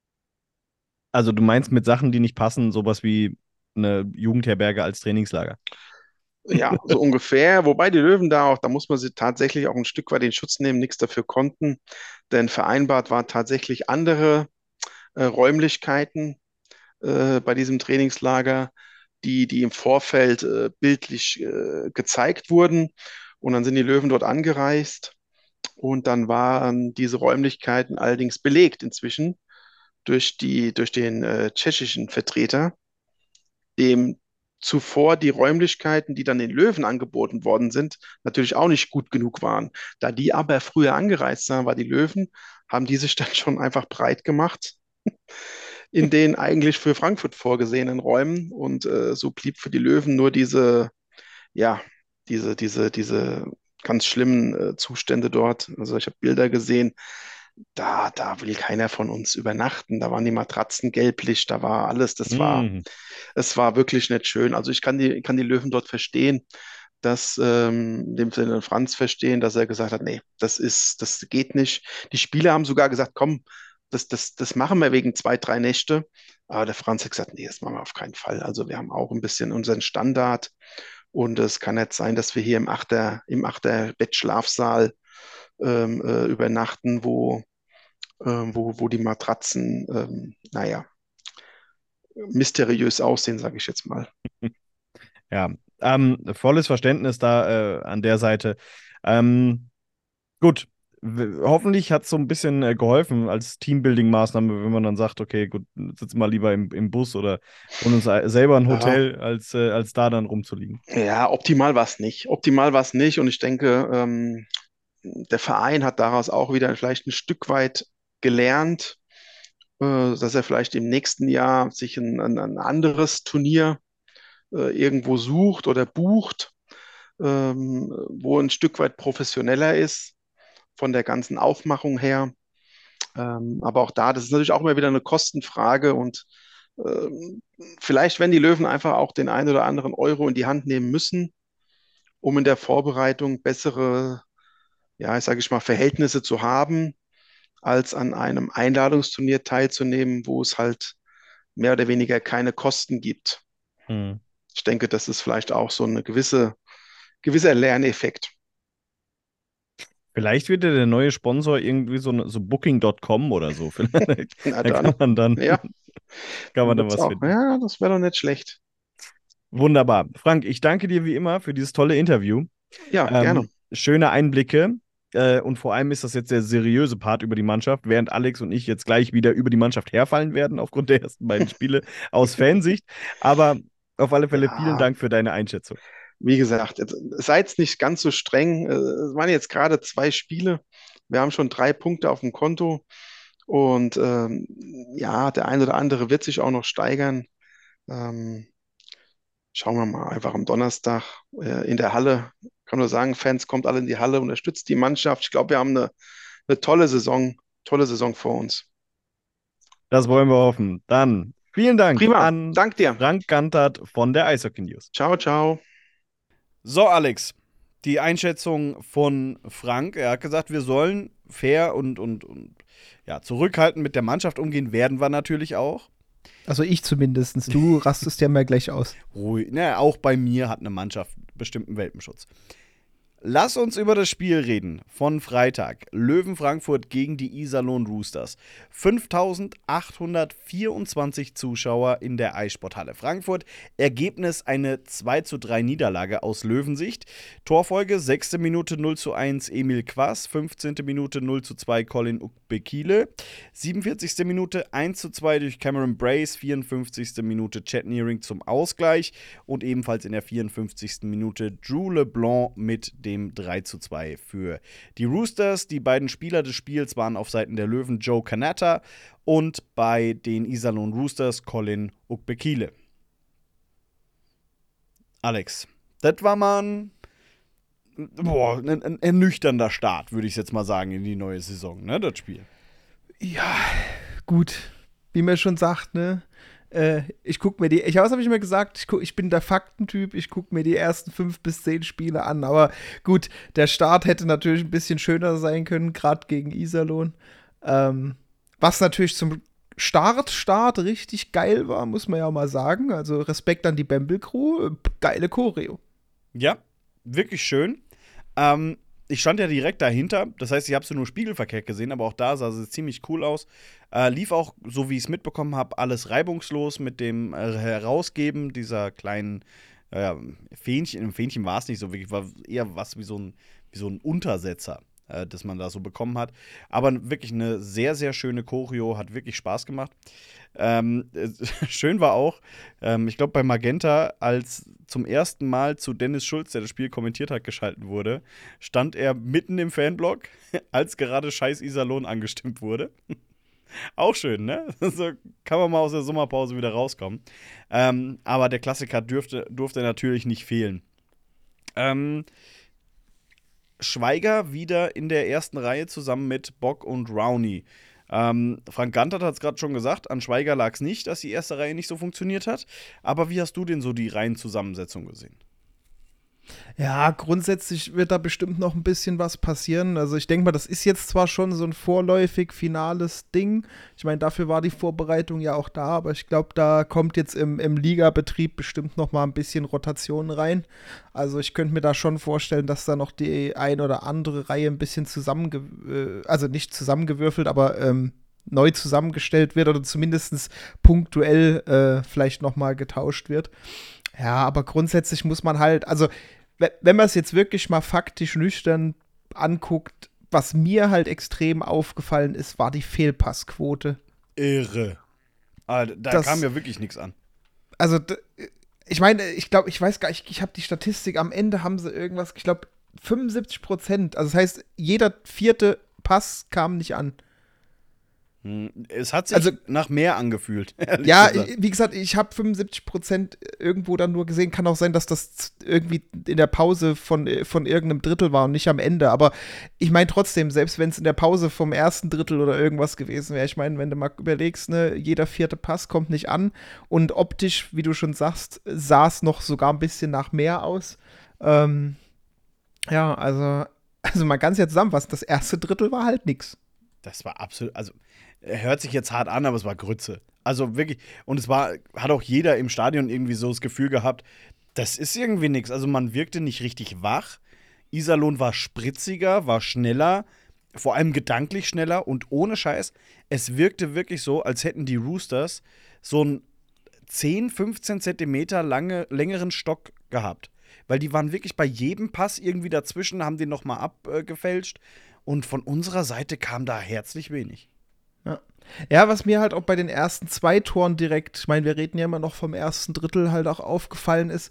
Also du meinst mit Sachen, die nicht passen, sowas wie eine Jugendherberge als Trainingslager. Ja, so ungefähr. Wobei die Löwen da auch, da muss man sie tatsächlich auch ein Stück weit in Schutz nehmen, nichts dafür konnten. Denn vereinbart war tatsächlich andere äh, Räumlichkeiten äh, bei diesem Trainingslager, die, die im Vorfeld äh, bildlich äh, gezeigt wurden. Und dann sind die Löwen dort angereist. Und dann waren diese Räumlichkeiten allerdings belegt inzwischen durch die, durch den äh, tschechischen Vertreter, dem zuvor die Räumlichkeiten, die dann den Löwen angeboten worden sind, natürlich auch nicht gut genug waren. Da die aber früher angereist sind, war die Löwen, haben diese Stadt schon einfach breit gemacht in den eigentlich für Frankfurt vorgesehenen Räumen. Und äh, so blieb für die Löwen nur diese, ja, diese, diese, diese ganz schlimmen äh, Zustände dort. Also ich habe Bilder gesehen, da, da will keiner von uns übernachten. Da waren die Matratzen gelblich, da war alles, das war, Mhm. es war wirklich nicht schön. Also ich kann die, kann die Löwen dort verstehen, dass ähm, in dem Sinne Franz verstehen, dass er gesagt hat, nee, das ist, das geht nicht. Die Spieler haben sogar gesagt, komm, das, das, das machen wir wegen zwei, drei Nächte. Aber der Franz hat gesagt, nee, das machen wir auf keinen Fall. Also wir haben auch ein bisschen unseren Standard und es kann nicht sein, dass wir hier im Achter, im Achter Bettschlafsaal ähm, äh, übernachten, wo, ähm, wo, wo die Matratzen, ähm, naja, mysteriös aussehen, sage ich jetzt mal. Ja, ähm, volles Verständnis da äh, an der Seite. Ähm, gut, w- hoffentlich hat es so ein bisschen äh, geholfen als Teambuilding-Maßnahme, wenn man dann sagt, okay, gut, sitzen wir lieber im, im Bus oder holen uns äh, selber ein Ja, Hotel, als, äh, als da dann rumzuliegen. ja, optimal war es nicht. Optimal war es nicht. Und ich denke, ähm, der Verein hat daraus auch wieder vielleicht ein Stück weit gelernt, äh, dass er vielleicht im nächsten Jahr sich ein, ein, ein anderes Turnier äh, irgendwo sucht oder bucht, ähm, wo ein Stück weit professioneller ist von der ganzen Aufmachung her. Ähm, aber auch da, das ist natürlich auch immer wieder eine Kostenfrage und ähm, vielleicht werden die Löwen einfach auch den einen oder anderen Euro in die Hand nehmen müssen, um in der Vorbereitung bessere, ja, ich sage ich mal, Verhältnisse zu haben, als an einem Einladungsturnier teilzunehmen, wo es halt mehr oder weniger keine Kosten gibt. Hm. Ich denke, das ist vielleicht auch so eine gewisse, gewisser Lerneffekt. Vielleicht wird ja der neue Sponsor irgendwie so, eine- so Booking Punkt com oder so. Vielleicht, Na da kann dann, man dann, ja, kann man dann wird's was auch. finden. Ja, das wäre doch nicht schlecht. Wunderbar. Frank, ich danke dir wie immer für dieses tolle Interview. Ja, gerne. Ähm, schöne Einblicke. Äh, und vor allem ist das jetzt der seriöse Part über die Mannschaft, während Alex und ich jetzt gleich wieder über die Mannschaft herfallen werden, aufgrund der ersten beiden Spiele aus Fansicht. Aber auf alle Fälle vielen Ja, Dank für deine Einschätzung. wie gesagt, jetzt, seid nicht ganz so streng. Äh, Es waren jetzt gerade zwei Spiele. Wir haben schon drei Punkte auf dem Konto. Und ähm, ja, der eine oder andere wird sich auch noch steigern. Ähm, Schauen wir mal, einfach am Donnerstag äh, in der Halle. Kann nur sagen, Fans, kommt alle in die Halle, unterstützt die Mannschaft. Ich glaube, wir haben eine, eine tolle Saison, tolle Saison vor uns. Das wollen wir hoffen. Dann vielen Dank Prima, an dank dir. Frank Gantert von der Eishockey News. Ciao, ciao. So, Alex, die Einschätzung von Frank. Er hat gesagt, wir sollen fair und, und, und ja, zurückhaltend mit der Mannschaft umgehen, werden wir natürlich auch. Also ich zumindest. Du rastest ja mal gleich aus. Ruhig. Na, auch bei mir hat eine Mannschaft bestimmten Welpenschutz. Lass uns über das Spiel reden von Freitag. Löwen Frankfurt gegen die Iserlohn Roosters. fünftausendachthundertvierundzwanzig Zuschauer in der Eissporthalle Frankfurt. Ergebnis eine zwei zu drei Niederlage aus Löwensicht. Torfolge sechste Minute null zu eins Emil Quass, fünfzehnte Minute null zu zwei Colin Ukbekile, siebenundvierzigste Minute eins zu zwei durch Cameron Brace, vierundfünfzigste Minute Chad Nearing zum Ausgleich und ebenfalls in der vierundfünfzigsten Minute Drew LeBlanc mit dem drei zu zwei für die Roosters. Die beiden Spieler des Spiels waren auf Seiten der Löwen Joe Canetta und bei den Iserlohn Roosters Colin Ukbekile. Alex, das war mal ein, boah, ein, ein ernüchternder Start, würde ich jetzt mal sagen, in die neue Saison, ne, das Spiel. Ja, gut. Wie man schon sagt, ne? Äh, ich gucke mir die, ich was habe ich immer gesagt, ich, guck, ich bin der Faktentyp, ich gucke mir die ersten fünf bis zehn Spiele an, aber gut, der Start hätte natürlich ein bisschen schöner sein können, gerade gegen Iserlohn. Ähm, was natürlich zum Start, Start richtig geil war, muss man ja mal sagen. Also Respekt an die Bamble Crew, geile Choreo. Ja, wirklich schön. Ähm, ich stand ja direkt dahinter, das heißt, ich habe sie nur spiegelverkehrt gesehen, aber auch da sah sie ziemlich cool aus. Äh, lief auch, so wie ich es mitbekommen habe, alles reibungslos mit dem äh, Herausgeben dieser kleinen äh, Fähnchen. Im Fähnchen war es nicht so wirklich, war eher was wie so ein, wie so ein Untersetzer, äh, das man da so bekommen hat. Aber wirklich eine sehr, sehr schöne Choreo, hat wirklich Spaß gemacht. Ähm, äh, schön war auch, ähm, ich glaube bei Magenta, als zum ersten Mal zu Dennis Schulz, der das Spiel kommentiert hat, geschalten wurde, stand er mitten im Fanblock, als gerade Scheiß Iserlohn angestimmt wurde. Auch schön, ne? So kann man mal aus der Sommerpause wieder rauskommen. Ähm, aber der Klassiker dürfte, durfte natürlich nicht fehlen. Ähm, Schweiger wieder in der ersten Reihe zusammen mit Bock und Rowney. Ähm, Frank Gantert hat es gerade schon gesagt, an Schweiger lag es nicht, dass die erste Reihe nicht so funktioniert hat. Aber wie hast du denn so die Reihenzusammensetzung gesehen? Ja, grundsätzlich wird da bestimmt noch ein bisschen was passieren. Also ich denke mal, das ist jetzt zwar schon so ein vorläufig finales Ding. Ich meine, dafür war die Vorbereitung ja auch da, aber ich glaube, da kommt jetzt im, im Ligabetrieb bestimmt noch mal ein bisschen Rotation rein. Also ich könnte mir da schon vorstellen, dass da noch die ein oder andere Reihe ein bisschen zusammenge... Äh, also nicht zusammengewürfelt, aber ähm, neu zusammengestellt wird oder zumindest punktuell äh, vielleicht noch mal getauscht wird. Ja, aber grundsätzlich muss man halt, also wenn man es jetzt wirklich mal faktisch nüchtern anguckt, was mir halt extrem aufgefallen ist, war die Fehlpassquote. Irre. Also, da Das- kam ja wirklich nichts an. Also d- ich meine, ich glaube, ich weiß gar nicht, ich habe die Statistik, am Ende haben sie irgendwas, ich glaube fünfundsiebzig Prozent, also das heißt, jeder vierte Pass kam nicht an. Hm, Es hat sich Also- nach mehr angefühlt. ehrlich Ja, gesagt. ich, wie gesagt, ich habe fünfundsiebzig Prozent irgendwo dann nur gesehen. Kann auch sein, dass das irgendwie in der Pause von, von irgendeinem Drittel war und nicht am Ende. Aber ich meine trotzdem, selbst wenn es in der Pause vom ersten Drittel oder irgendwas gewesen wäre, ich meine, wenn du mal überlegst, ne, jeder vierte Pass kommt nicht an und optisch, wie du schon sagst, sah es noch sogar ein bisschen nach mehr aus. Ähm, ja, also, also man kann es ja zusammenfassen, das erste Drittel war halt nix. Das war absolut, also hört sich jetzt hart an, aber es war Grütze. Also wirklich, und es war, hat auch jeder im Stadion irgendwie so das Gefühl gehabt, das ist irgendwie nichts. Also man wirkte nicht richtig wach. Iserlohn war spritziger, war schneller, vor allem gedanklich schneller und ohne Scheiß. Es wirkte wirklich so, als hätten die Roosters so einen zehn, fünfzehn Zentimeter lange, längeren Stock gehabt. Weil die waren wirklich bei jedem Pass irgendwie dazwischen, haben den nochmal abgefälscht. Und von unserer Seite kam da herzlich wenig. Ja. Ja, was mir halt auch bei den ersten zwei Toren direkt, ich meine, wir reden ja immer noch vom ersten Drittel, halt auch aufgefallen ist,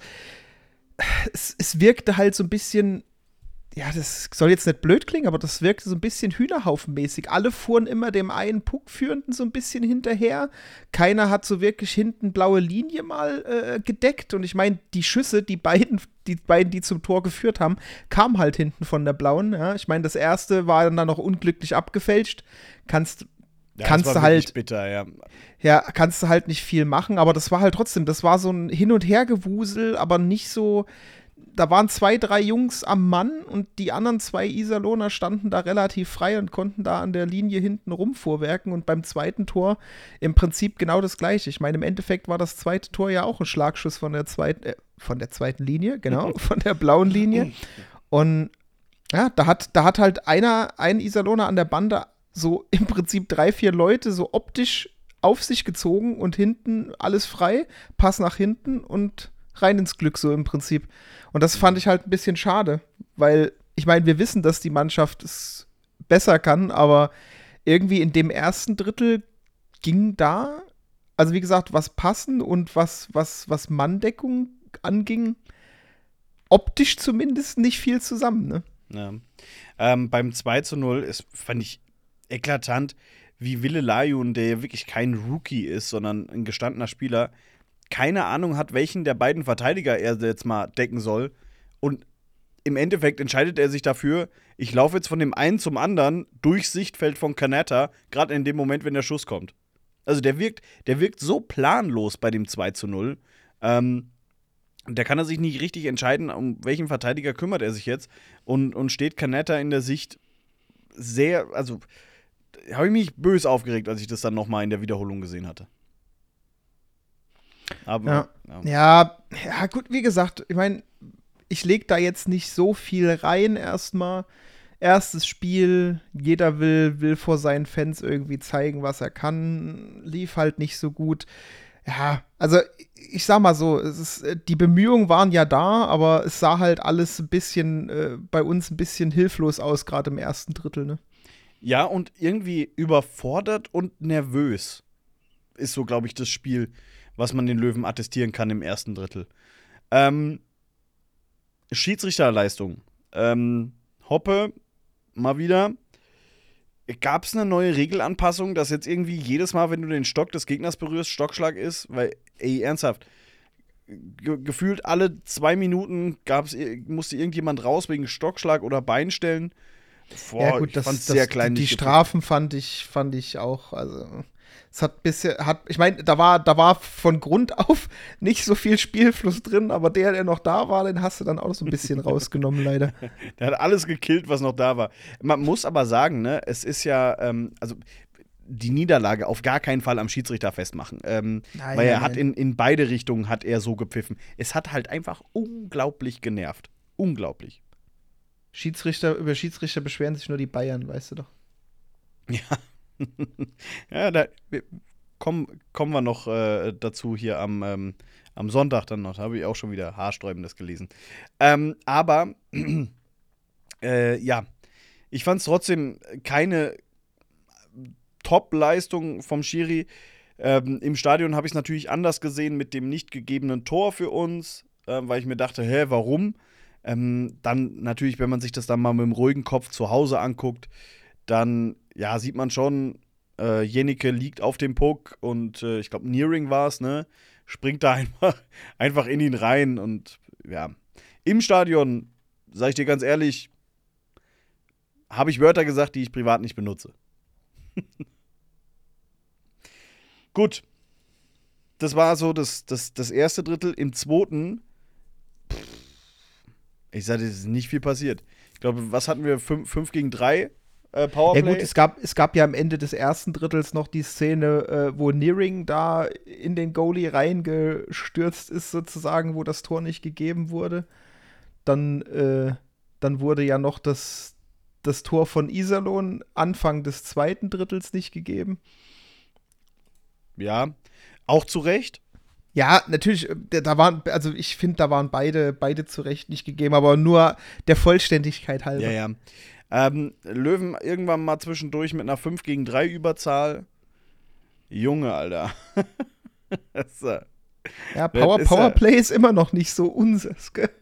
es, es wirkte halt so ein bisschen, ja, das soll jetzt nicht blöd klingen, aber das wirkte so ein bisschen Hühnerhaufenmäßig. Alle fuhren immer dem einen Puckführenden so ein bisschen hinterher. Keiner hat so wirklich hinten blaue Linie mal äh, gedeckt. Und ich meine, die Schüsse, die beiden, die beiden, die zum Tor geführt haben, kamen halt hinten von der blauen. Ja. Ich meine, das erste war dann noch unglücklich abgefälscht. Kannst Ja, kannst das du war wirklich halt bitter, ja. Ja, kannst du halt nicht viel machen, aber das war halt trotzdem, das war so ein Hin- und Hergewusel, aber nicht so, da waren zwei, drei Jungs am Mann und die anderen zwei Iserlohner standen da relativ frei und konnten da an der Linie hinten rumfuhrwerken und beim zweiten Tor im Prinzip genau das Gleiche. Ich meine, im Endeffekt war das zweite Tor ja auch ein Schlagschuss von der zweiten, äh, von der zweiten Linie, genau, von der blauen Linie. Und ja, da hat, da hat halt einer, ein Iserlohner an der Bande so im Prinzip drei, vier Leute so optisch auf sich gezogen und hinten alles frei, Pass nach hinten und rein ins Glück so im Prinzip. Und das fand ich halt ein bisschen schade, weil ich meine, wir wissen, dass die Mannschaft es besser kann, aber irgendwie in dem ersten Drittel ging da, also wie gesagt, was Passen und was, was, was Manndeckung anging, optisch zumindest nicht viel zusammen, ne? Ja. Ähm, beim zwei zu null ist, fand ich eklatant, wie Ville Lajun, der ja wirklich kein Rookie ist, sondern ein gestandener Spieler, keine Ahnung hat, welchen der beiden Verteidiger er jetzt mal decken soll. Und im Endeffekt entscheidet er sich dafür, ich laufe jetzt von dem einen zum anderen durchs Sichtfeld von Kanata, gerade in dem Moment, wenn der Schuss kommt. Also der wirkt, der wirkt so planlos bei dem zwei zu null. Ähm, da kann er sich nicht richtig entscheiden, um welchen Verteidiger kümmert er sich jetzt. Und, und steht Kanata in der Sicht sehr, also habe ich mich böse aufgeregt, als ich das dann nochmal in der Wiederholung gesehen hatte. Aber, Ja. ja. Ja, ja, gut, wie gesagt, ich meine, ich lege da jetzt nicht so viel rein erstmal. Erstes Spiel, jeder will, will vor seinen Fans irgendwie zeigen, was er kann. Lief halt nicht so gut. Ja, also ich sag mal so, es ist, die Bemühungen waren ja da, aber es sah halt alles ein bisschen, äh, bei uns ein bisschen hilflos aus, gerade im ersten Drittel, ne? Ja, und irgendwie überfordert und nervös ist so, glaube ich, das Spiel, was man den Löwen attestieren kann im ersten Drittel. Ähm, Schiedsrichterleistung. Ähm, Hoppe, mal wieder. Gab es eine neue Regelanpassung, dass jetzt irgendwie jedes Mal, wenn du den Stock des Gegners berührst, Stockschlag ist? Weil, ey, ernsthaft, ge- gefühlt alle zwei Minuten gab's, musste irgendjemand raus wegen Stockschlag oder Beinstellen. Boah, Ja, gut, ich das, fand's das, sehr die, klein. die Strafen fand ich, fand ich auch, also es hat bisher, hat, ich meine, da war, da war von Grund auf nicht so viel Spielfluss drin, aber der, der noch da war, den hast du dann auch so ein bisschen rausgenommen, leider. Der hat alles gekillt, was noch da war. Man muss aber sagen, ne, es ist ja, ähm, also die Niederlage auf gar keinen Fall am Schiedsrichter festmachen. Ähm, Nein, weil er nein, hat nein. in, in beide Richtungen hat er so gepfiffen. Es hat halt einfach unglaublich genervt. Unglaublich. Schiedsrichter, über Schiedsrichter beschweren sich nur die Bayern, weißt du doch. Ja. ja, da wir, kommen, kommen wir noch äh, dazu hier am, ähm, am Sonntag dann noch. Da habe ich auch schon wieder Haarsträubendes gelesen. Ähm, aber, äh, ja, ich fand es trotzdem keine Top-Leistung vom Schiri. Ähm, Im Stadion habe ich es natürlich anders gesehen mit dem nicht gegebenen Tor für uns, äh, weil ich mir dachte, hä, warum? Ähm, dann natürlich, wenn man sich das dann mal mit dem ruhigen Kopf zu Hause anguckt, dann ja, sieht man schon, äh, Jennike liegt auf dem Puck und äh, ich glaube, Nearing war es, ne? Springt da einfach, einfach in ihn rein und ja. Im Stadion, sag ich dir ganz ehrlich, habe ich Wörter gesagt, die ich privat nicht benutze. Gut. Das war so das, das, das erste Drittel. Im zweiten, pff, ich sage, es ist nicht viel passiert. Ich glaube, was hatten wir? fünf gegen drei äh, Powerplay. Ja gut, es gab, es gab ja am Ende des ersten Drittels noch die Szene, äh, wo Nearing da in den Goalie reingestürzt ist, sozusagen, wo das Tor nicht gegeben wurde. Dann, äh, dann wurde ja noch das, das Tor von Iserlohn Anfang des zweiten Drittels nicht gegeben. Ja, auch zu Recht. Ja, natürlich, äh, da waren, also ich finde, da waren beide, beide zu Recht nicht gegeben, aber nur der Vollständigkeit halber. Ja, ja. Ähm, Löwen irgendwann mal zwischendurch mit einer fünf gegen drei Überzahl. Junge, Alter. das, äh, Ja, Power, Das ist, äh, Powerplay ist immer noch nicht so unseres, gell?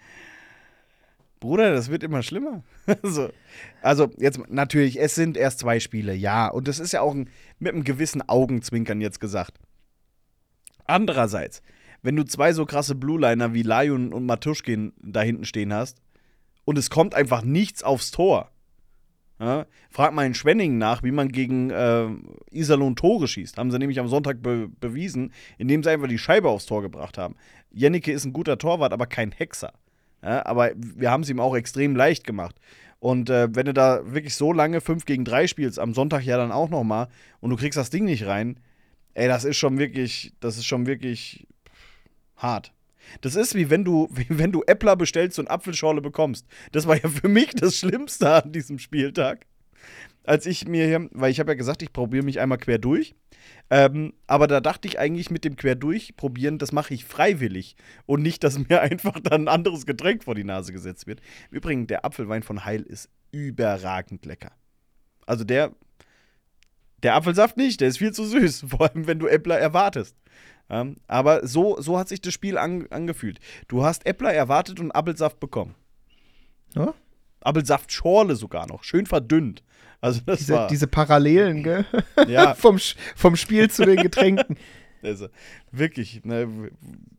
Bruder, das wird immer schlimmer. also, also, jetzt natürlich, es sind erst zwei Spiele, ja. Und das ist ja auch ein, mit einem gewissen Augenzwinkern jetzt gesagt. Andererseits, wenn du zwei so krasse Blue-Liner wie Lion und Matuschkin da hinten stehen hast und es kommt einfach nichts aufs Tor. Ja? Frag mal in Schwenningen nach, wie man gegen äh, Iserlohn Tore schießt. Haben sie nämlich am Sonntag be- bewiesen, indem sie einfach die Scheibe aufs Tor gebracht haben. Jennecke ist ein guter Torwart, aber kein Hexer. Ja? Aber wir haben es ihm auch extrem leicht gemacht. Und äh, wenn du da wirklich so lange fünf gegen drei spielst, am Sonntag ja dann auch noch mal, und du kriegst das Ding nicht rein, ey, das ist schon wirklich, das ist schon wirklich hart. Das ist wie wenn du, wie wenn du Äppler bestellst und Apfelschorle bekommst. Das war ja für mich das Schlimmste an diesem Spieltag. Als ich mir hier, weil ich habe ja gesagt, ich probiere mich einmal quer durch. Ähm, aber da dachte ich eigentlich mit dem quer durchprobieren, das mache ich freiwillig. Und nicht, dass mir einfach dann ein anderes Getränk vor die Nase gesetzt wird. Im Übrigen, der Apfelwein von Heil ist überragend lecker. Also der Der Apfelsaft nicht, der ist viel zu süß, vor allem wenn du Äppler erwartest. Ähm, aber so, so hat sich das Spiel an, angefühlt. Du hast Äppler erwartet und Apfelsaft bekommen. Ja? Apfelsaftschorle sogar noch, schön verdünnt. Also das Diese, war diese Parallelen, gell? Ja. vom, Sch- vom Spiel zu den Getränken. also, wirklich. Ne, w-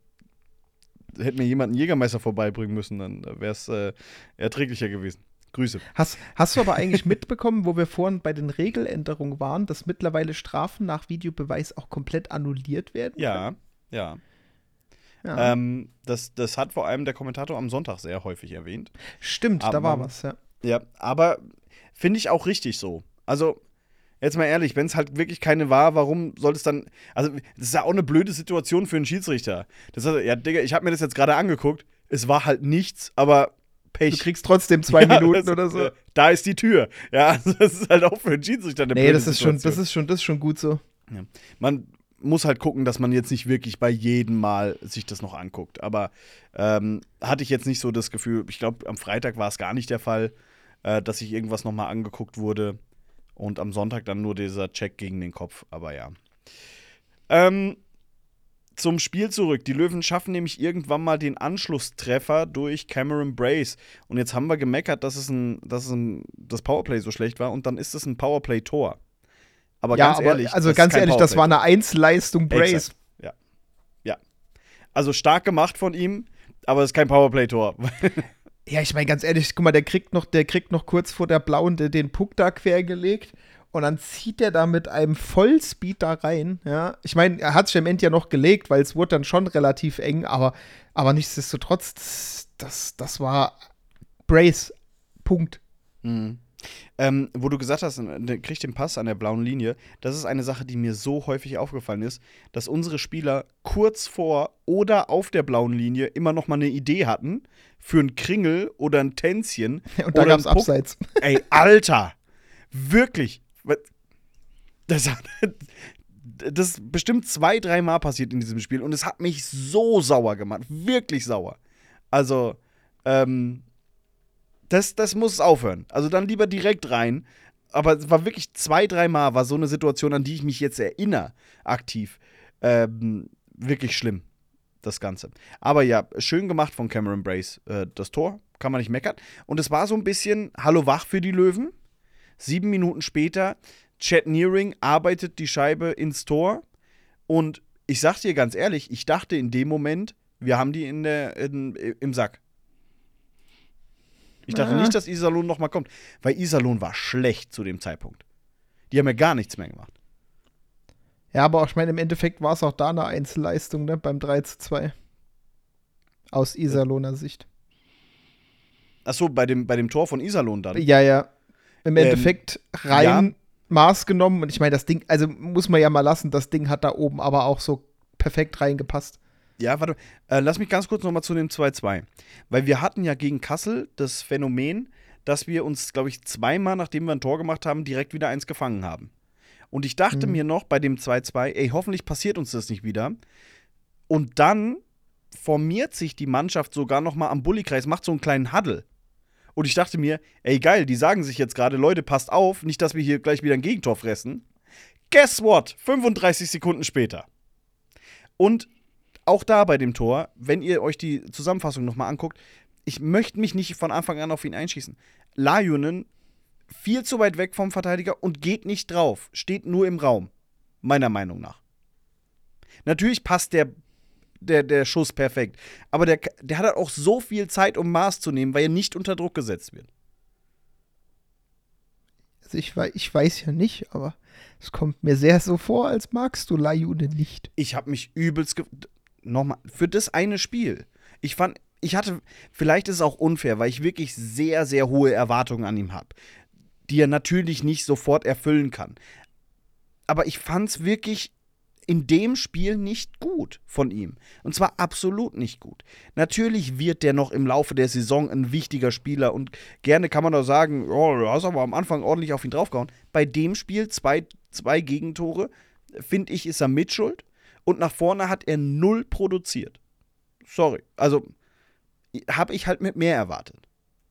hätte mir jemand einen Jägermeister vorbeibringen müssen, dann wäre es äh, erträglicher gewesen. Grüße. Hast, hast du aber eigentlich mitbekommen, wo wir vorhin bei den Regeländerungen waren, dass mittlerweile Strafen nach Videobeweis auch komplett annulliert werden? Ja, ja. Ja. Ähm, das, das hat vor allem der Kommentator am Sonntag sehr häufig erwähnt. Stimmt, aber- da war was, ja. Ja, aber finde ich auch richtig so. Also, jetzt mal ehrlich, wenn es halt wirklich keine war, warum sollte es dann. Also, das ist ja auch eine blöde Situation für einen Schiedsrichter. Das heißt, ja, Digga, ich habe mir das jetzt gerade angeguckt. Es war halt nichts, aber Pech. Du kriegst trotzdem zwei Ja, Minuten das- oder so. äh, Da ist die Tür. Ja, also das ist halt auch für einen Schiedsrichter eine Nee, blöde das ist, schon, Situation. das, ist schon, das ist schon gut so. Man muss halt gucken, dass man jetzt nicht wirklich bei jedem Mal sich das noch anguckt. Aber ähm, hatte ich jetzt nicht so das Gefühl, ich glaube, am Freitag war es gar nicht der Fall, äh, dass sich irgendwas noch mal angeguckt wurde. Und am Sonntag dann nur dieser Check gegen den Kopf. Aber ja. Ähm, zum Spiel zurück. Die Löwen schaffen nämlich irgendwann mal den Anschlusstreffer durch Cameron Brace. Und jetzt haben wir gemeckert, dass es ein, dass es ein, das Powerplay so schlecht war. Und dann ist es ein Powerplay-Tor. Aber ja, ganz aber ehrlich. also das ist ganz kein ehrlich, das war Powerplay-Tor. eine Einzelleistung Brace. Exakt. Ja. Ja. Also stark gemacht von ihm, aber es ist kein Powerplay-Tor. Ja, ich meine, ganz ehrlich, guck mal, der kriegt noch, der kriegt noch kurz vor der blauen den, den Puck da quergelegt und dann zieht er da mit einem Vollspeed da rein, ja. Ich meine, er hat sich am Ende ja noch gelegt, weil es wurde dann schon relativ eng, aber, aber nichtsdestotrotz, das, das, das war Brace. Punkt. Mhm. Ähm, wo du gesagt hast, der kriegt den Pass an der blauen Linie, das ist eine Sache, die mir so häufig aufgefallen ist, dass unsere Spieler kurz vor oder auf der blauen Linie immer noch mal eine Idee hatten für einen Kringel oder ein Tänzchen. Und da oder gab's einen Puck. Abseits. Ey, Alter! Wirklich! Das, hat, das ist bestimmt zwei, drei Mal passiert in diesem Spiel und es hat mich so sauer gemacht. Wirklich sauer. Also, ähm, Das, das muss aufhören. Also dann lieber direkt rein. Aber es war wirklich zwei, dreimal war so eine Situation, an die ich mich jetzt erinnere, aktiv. Ähm, wirklich schlimm, das Ganze. Aber ja, schön gemacht von Cameron Brace. Äh, das Tor, kann man nicht meckern. Und es war so ein bisschen Hallo wach für die Löwen. Sieben Minuten später, Chad Nearing arbeitet die Scheibe ins Tor. Und ich sag dir ganz ehrlich, ich dachte in dem Moment, wir haben die in der, in, im Sack. Ich dachte Ah. nicht, dass Iserlohn noch mal kommt, weil Iserlohn war schlecht zu dem Zeitpunkt. Die haben ja gar nichts mehr gemacht. Ja, aber auch, ich meine, im Endeffekt war es auch da eine Einzelleistung, ne, beim drei zu zwei. Aus Iserlohner Sicht. Ach so, bei dem, bei dem Tor von Iserlohn dann. Ja, ja. im Ähm, Endeffekt rein ja. Maß genommen. Und ich meine, das Ding, also muss man ja mal lassen, das Ding hat da oben aber auch so perfekt reingepasst. Ja, warte, äh, lass mich ganz kurz noch mal zu dem zwei zwei. Weil wir hatten ja gegen Kassel das Phänomen, dass wir uns, glaube ich, zweimal, nachdem wir ein Tor gemacht haben, direkt wieder eins gefangen haben. Und ich dachte Mhm. mir noch bei dem zwei zwei, ey, hoffentlich passiert uns das nicht wieder. Und dann formiert sich die Mannschaft sogar noch mal am Bullykreis, macht so einen kleinen Huddle. Und ich dachte mir, ey, geil, die sagen sich jetzt gerade, Leute, passt auf, nicht, dass wir hier gleich wieder ein Gegentor fressen. Guess what? fünfunddreißig Sekunden später. Und auch da bei dem Tor, wenn ihr euch die Zusammenfassung noch mal anguckt, ich möchte mich nicht von Anfang an auf ihn einschießen. Lajunen viel zu weit weg vom Verteidiger und geht nicht drauf. Steht nur im Raum. Meiner Meinung nach. Natürlich passt der, der, der Schuss perfekt. Aber der, der hat halt auch so viel Zeit, um Maß zu nehmen, weil er nicht unter Druck gesetzt wird. Also ich, wei- ich weiß ja nicht, aber es kommt mir sehr so vor, als magst du Lajune nicht. Ich habe mich übelst. Ge Nochmal, für das eine Spiel. Ich fand, ich hatte, vielleicht ist es auch unfair, weil ich wirklich sehr, sehr hohe Erwartungen an ihm habe, die er natürlich nicht sofort erfüllen kann. Aber ich fand es wirklich in dem Spiel nicht gut von ihm. Und zwar absolut nicht gut. Natürlich wird der noch im Laufe der Saison ein wichtiger Spieler und gerne kann man doch sagen, oh, du hast aber am Anfang ordentlich auf ihn draufgehauen. Bei dem Spiel zwei, zwei Gegentore, finde ich, ist er mitschuld. Und nach vorne hat er null produziert. Sorry. Also, habe ich halt mit mehr erwartet.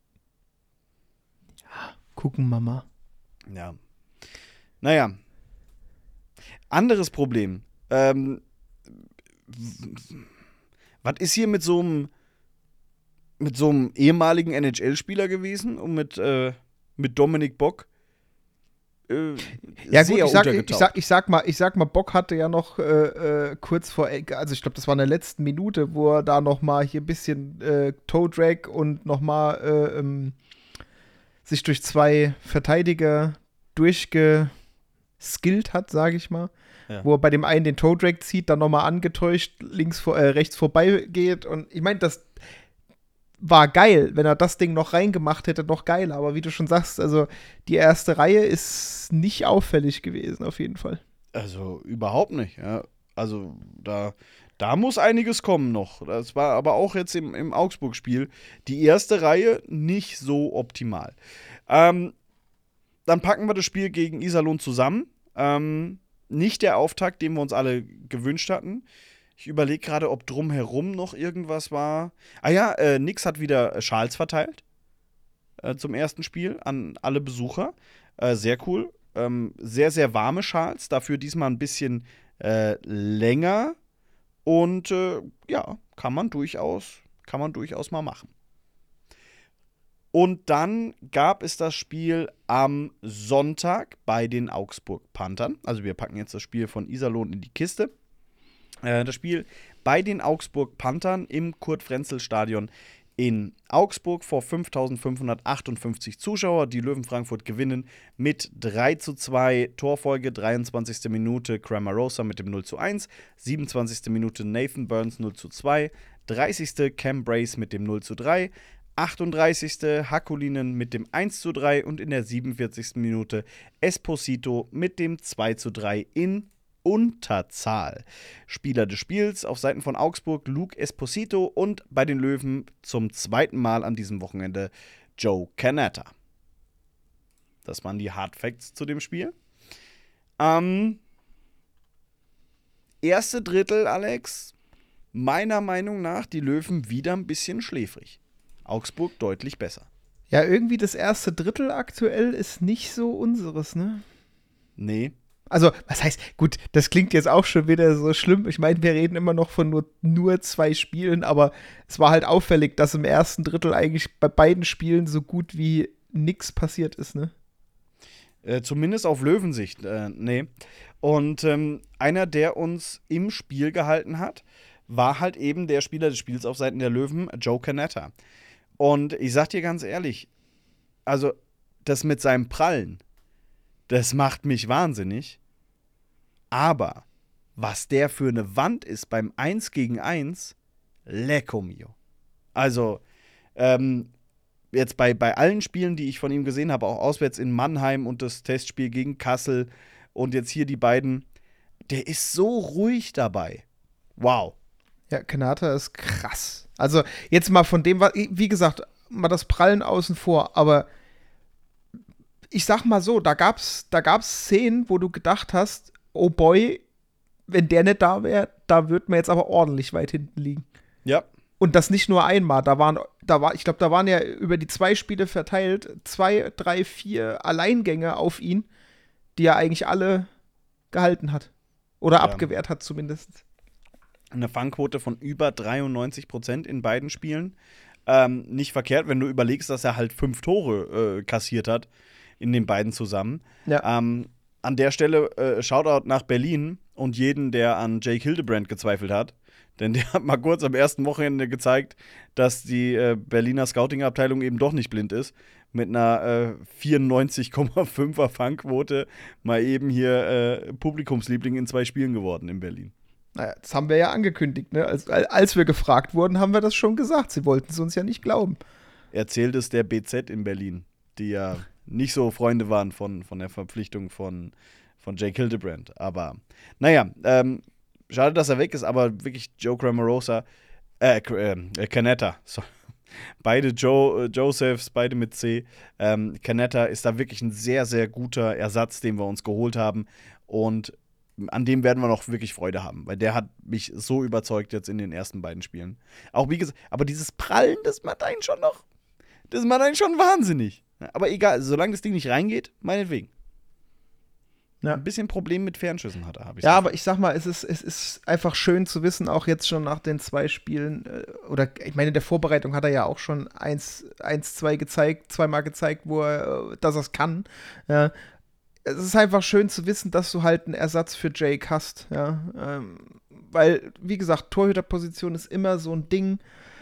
Gucken, Mama. Ja. Naja. Anderes Problem. Ähm, was ist hier mit so einem mit so einem ehemaligen N H L-Spieler gewesen und mit, äh, mit Dominik Bock? Äh, Ja sehr gut, ich sag, ich, untergetaucht. sag, ich, sag mal, ich sag mal, Bock hatte ja noch äh, äh, kurz vor, also ich glaube, das war in der letzten Minute, wo er da noch mal hier ein bisschen äh, Toe-Drag und noch mal äh, ähm, sich durch zwei Verteidiger durchgeskillt hat, sage ich mal. Ja. Wo er bei dem einen den Toe-Drag zieht, dann noch mal angetäuscht links vor, äh, rechts vorbei geht. Und ich meine, das war geil. Wenn er das Ding noch reingemacht hätte, noch geiler. Aber wie du schon sagst, also die erste Reihe ist nicht auffällig gewesen, auf jeden Fall. Also überhaupt nicht. Ja. Also da, da muss einiges kommen noch. Das war aber auch jetzt im, im Augsburg-Spiel die erste Reihe nicht so optimal. Ähm, dann packen wir das Spiel gegen Iserlohn zusammen. Ähm, nicht der Auftakt, den wir uns alle gewünscht hatten. Ich überlege gerade, ob drumherum noch irgendwas war. Ah ja, äh, Nix hat wieder Schals verteilt äh, zum ersten Spiel an alle Besucher. Äh, sehr cool. Ähm, sehr, sehr warme Schals. Dafür diesmal ein bisschen äh, länger. Und äh, ja, kann man durchaus, kann man durchaus mal machen. Und dann gab es das Spiel am Sonntag bei den Augsburg Panthern. Also wir packen jetzt das Spiel von Iserlohn in die Kiste. Äh, das Spiel bei den Augsburg Panthern im Kurt-Frenzel-Stadion in Augsburg vor fünftausendfünfhundertachtundfünfzig Zuschauer. Die Löwen Frankfurt gewinnen mit drei zu zwei. Torfolge, dreiundzwanzigste Minute Cramarosa mit dem null zu eins. siebenundzwanzigste Minute Nathan Burns null zu zwei. dreißigste Cam Brace mit dem null zu drei. achtunddreißigste Hakulinen mit dem eins zu drei. Und in der siebenundvierzigsten Minute Esposito mit dem zwei zu drei in Unterzahl. Spieler des Spiels auf Seiten von Augsburg Luke Esposito und bei den Löwen zum zweiten Mal an diesem Wochenende Joe Canetta. Das waren die Hard Facts zu dem Spiel. Ähm, erste Drittel, Alex, meiner Meinung nach die Löwen wieder ein bisschen schläfrig. Augsburg deutlich besser. Ja, irgendwie das erste Drittel aktuell ist nicht so unseres, ne? Nee. Also, was heißt, gut, das klingt jetzt auch schon wieder so schlimm. Ich meine, wir reden immer noch von nur, nur zwei Spielen, aber es war halt auffällig, dass im ersten Drittel eigentlich bei beiden Spielen so gut wie nichts passiert ist, ne? Äh, zumindest auf Löwensicht, äh, nee. Und ähm, einer, der uns im Spiel gehalten hat, war halt eben der Spieler des Spiels auf Seiten der Löwen, Joe Canetta. Und ich sag dir ganz ehrlich, also das mit seinem Prallen, das macht mich wahnsinnig. Aber was der für eine Wand ist beim eins gegen eins, lecco mio. Also, ähm, jetzt bei, bei allen Spielen, die ich von ihm gesehen habe, auch auswärts in Mannheim und das Testspiel gegen Kassel und jetzt hier die beiden, der ist so ruhig dabei. Wow. Ja, Kanata ist krass. Also jetzt mal von dem, was, wie gesagt, mal das Prallen außen vor, aber ich sag mal so, da gab's, da gab's Szenen, wo du gedacht hast, oh boy, wenn der nicht da wäre, da würden wir jetzt aber ordentlich weit hinten liegen. Ja. Und das nicht nur einmal, da waren, da war, ich glaube, da waren ja über die zwei Spiele verteilt, zwei, drei, vier Alleingänge auf ihn, die er eigentlich alle gehalten hat. Oder Ja. abgewehrt hat zumindest. Eine Fangquote von über dreiundneunzig Prozent in beiden Spielen. Ähm, nicht verkehrt, wenn du überlegst, dass er halt fünf Tore äh, kassiert hat in den beiden zusammen. Ja. Ähm, an der Stelle äh, Shoutout nach Berlin und jeden, der an Jake Hildebrand gezweifelt hat. Denn der hat mal kurz am ersten Wochenende gezeigt, dass die äh, Berliner Scouting-Abteilung eben doch nicht blind ist. Mit einer äh, vierundneunzig Komma fünfer Fangquote mal eben hier äh, Publikumsliebling in zwei Spielen geworden in Berlin. Naja, das haben wir ja angekündigt, ne? Als, als wir gefragt wurden, haben wir das schon gesagt. Sie wollten es uns ja nicht glauben. Erzählt es der B Z in Berlin, die ja nicht so Freunde waren von, von der Verpflichtung von, von Jake Hildebrand. Aber naja, ähm, schade, dass er weg ist, aber wirklich Joe Cramarosa, äh, äh Canetta, sorry. Beide Joe, äh, Josephs, beide mit C. Ähm, Canetta ist da wirklich ein sehr, sehr guter Ersatz, den wir uns geholt haben. Und an dem werden wir noch wirklich Freude haben, weil der hat mich so überzeugt jetzt in den ersten beiden Spielen. Auch wie gesagt, aber dieses Prallen, das macht einen schon noch, das macht einen schon wahnsinnig. Aber egal, solange das Ding nicht reingeht, meinetwegen. Ja. Ein bisschen Problem mit Fernschüssen hat er, habe ich Ja, aber ich sag mal, es ist, es ist einfach schön zu wissen, auch jetzt schon nach den zwei Spielen, äh, oder ich meine, in der Vorbereitung hat er ja auch schon eins, eins zwei gezeigt, zweimal gezeigt, wo er, äh, dass er es kann. Ja. Es ist einfach schön zu wissen, dass du halt einen Ersatz für Jake hast, ja. Ähm, weil, wie gesagt, Torhüterposition ist immer so ein Ding.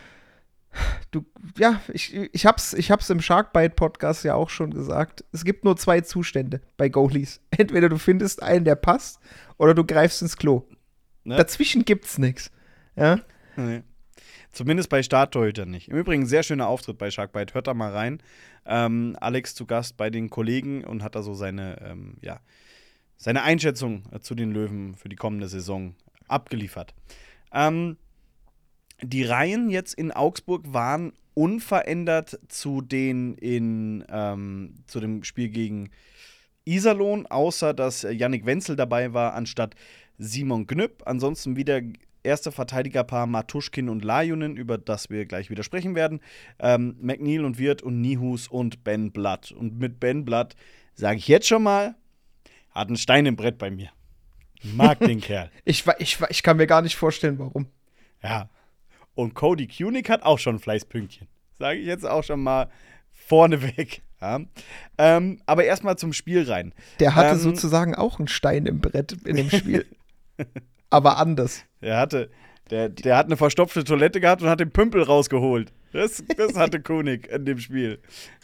Du, ja, ich, ich hab's, ich hab's im Sharkbite-Podcast ja auch schon gesagt. Es gibt nur zwei Zustände bei Goalies. Entweder du findest einen, der passt, oder du greifst ins Klo. Ne? Dazwischen gibt's nichts. Ja? Nee. Zumindest bei Starttorhütern nicht. Im Übrigen sehr schöner Auftritt bei Sharkbite. Hört da mal rein. Ähm, Alex zu Gast bei den Kollegen und hat da so seine, ähm, ja, seine Einschätzung äh, zu den Löwen für die kommende Saison abgeliefert. Ähm, die Reihen jetzt in Augsburg waren unverändert zu den in ähm, zu dem Spiel gegen Iserlohn, außer dass Yannick Wenzel dabei war, anstatt Simon Gnüpp. Ansonsten wieder erste Verteidigerpaar Matuschkin und Lajunen, über das wir gleich wieder sprechen werden. Ähm, McNeil und Wirth und Nihus und Ben Blatt. Und mit Ben Blatt sage ich jetzt schon mal, hat einen Stein im Brett bei mir. Mag den Kerl. Ich, wa- ich, wa- ich kann mir gar nicht vorstellen, warum. Ja. Und Cody Kunig hat auch schon Fleißpünktchen. Sage ich jetzt auch schon mal vorneweg. Ja. Ähm, aber erstmal zum Spiel rein. Der hatte Ähm, sozusagen auch einen Stein im Brett in dem Spiel. Aber anders. Der hatte, der, der hat eine verstopfte Toilette gehabt und hat den Pümpel rausgeholt. Das, das hatte Kunig in dem Spiel.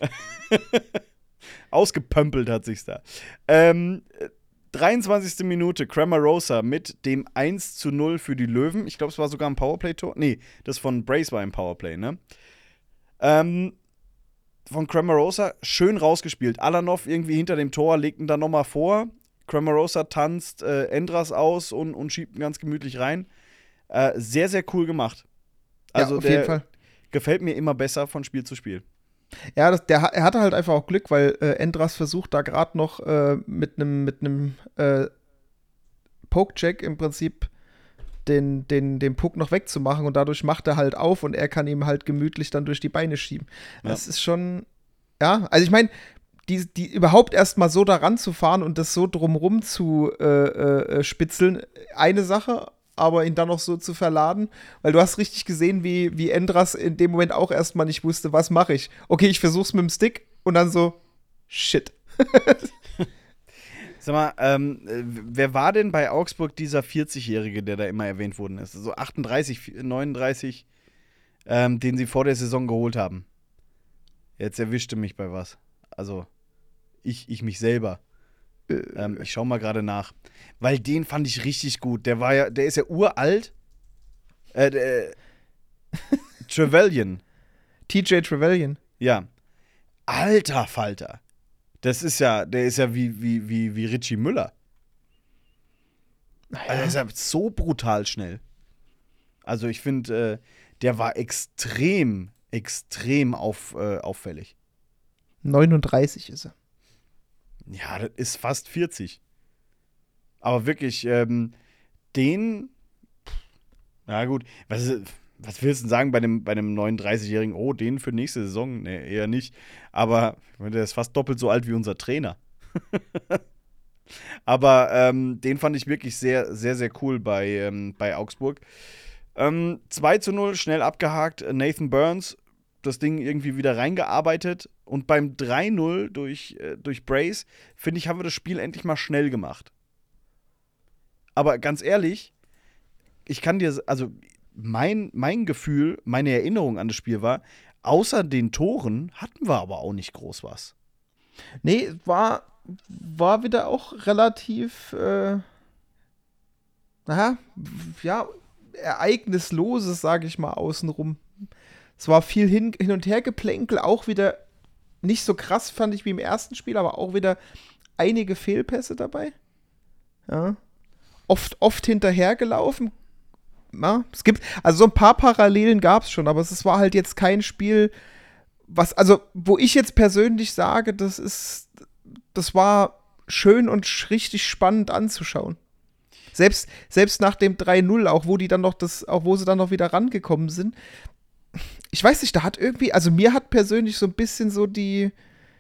Ausgepömpelt hat sich's da. Ähm, dreiundzwanzigste Minute, Cramarosa mit dem eins zu null für die Löwen. Ich glaube, es war sogar ein Powerplay-Tor. Nee, das von Brace war ein Powerplay, ne? Ähm, von Cramarosa schön rausgespielt. Alanov irgendwie hinter dem Tor, legt ihn dann nochmal vor. Cramarosa tanzt äh, Endras aus und, und schiebt ihn ganz gemütlich rein. Äh, sehr, sehr cool gemacht. Also ja, auf der jeden Fall. gefällt mir immer besser von Spiel zu Spiel. Ja, das, der, er hatte halt einfach auch Glück, weil äh, Endras versucht da gerade noch äh, mit einem mit einem äh, Pokecheck im Prinzip den, den, den Puck noch wegzumachen und dadurch macht er halt auf und er kann ihm halt gemütlich dann durch die Beine schieben. Ja. Das ist schon, ja, also ich meine, die, die überhaupt erst mal so da ranzufahren und das so drumrum zu äh, äh, spitzeln, eine Sache, aber ihn dann noch so zu verladen, weil du hast richtig gesehen, wie, wie Endras in dem Moment auch erstmal nicht wusste, was mache ich. Okay, ich versuch's mit dem Stick und dann so, shit. Sag mal, ähm, wer war denn bei Augsburg dieser vierzig-Jährige, der da immer erwähnt worden ist? So achtunddreißig, neununddreißig, ähm, den sie vor der Saison geholt haben. Jetzt erwischte mich bei was. Also, ich, ich mich selber. Ähm, ich schau mal gerade nach. Weil den fand ich richtig gut. Der war ja, der ist ja uralt. Äh, der, Trevelyan. T J Trevelyan. Ja. Alter Falter. Das ist ja, der ist ja wie, wie, wie, wie Richie Müller. Also der ist ja so brutal schnell. Also ich finde, äh, der war extrem, extrem auf, äh, auffällig. neununddreißig ist er. Ja, das ist fast vierzig. Aber wirklich, ähm, den, na gut, was, was willst du denn sagen bei einem, bei einem neununddreißigjährigen? Oh, den für nächste Saison? Nee, eher nicht. Aber der ist fast doppelt so alt wie unser Trainer. Aber ähm, den fand ich wirklich sehr, sehr, sehr cool bei, ähm, bei Augsburg. Ähm, zwei zu null, schnell abgehakt. Nathan Burns, das Ding irgendwie wieder reingearbeitet. Und beim drei null durch, äh, durch Brace, finde ich, haben wir das Spiel endlich mal schnell gemacht. Aber ganz ehrlich, ich kann dir, also mein, mein Gefühl, meine Erinnerung an das Spiel war, außer den Toren hatten wir aber auch nicht groß was. Nee, war, war wieder auch relativ, äh, naja, ja, ereignisloses, sage ich mal, außenrum. Es war viel hin, hin und her Geplänkel, auch wieder nicht so krass, fand ich, wie im ersten Spiel, aber auch wieder einige Fehlpässe dabei. Ja. Oft, oft hinterhergelaufen. Ja, es gibt, also so ein paar Parallelen gab es schon, aber es war halt jetzt kein Spiel, was, also, wo ich jetzt persönlich sage, das ist, das war schön und sch- richtig spannend anzuschauen. Selbst, selbst nach dem drei null, auch wo die dann noch das, auch wo sie dann noch wieder rangekommen sind. Ich weiß nicht, da hat irgendwie, also mir hat persönlich so ein bisschen so die,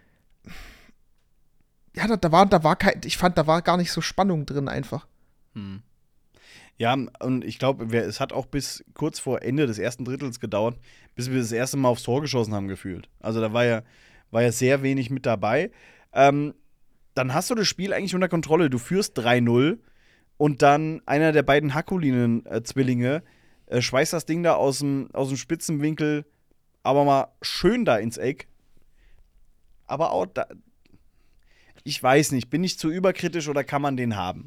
ja, da, da war, da war kein, ich fand, da war gar nicht so Spannung drin einfach. Hm. Ja, und ich glaube, es hat auch bis kurz vor Ende des ersten Drittels gedauert, bis wir das erste Mal aufs Tor geschossen haben gefühlt. Also da war ja, war ja sehr wenig mit dabei. Ähm, dann hast du das Spiel eigentlich unter Kontrolle. Du führst drei null und dann einer der beiden Hakulinen-Zwillinge äh, schweißt das Ding da aus dem, aus dem Spitzenwinkel aber mal schön da ins Eck. Aber auch da, ich weiß nicht, bin ich zu überkritisch oder kann man den haben?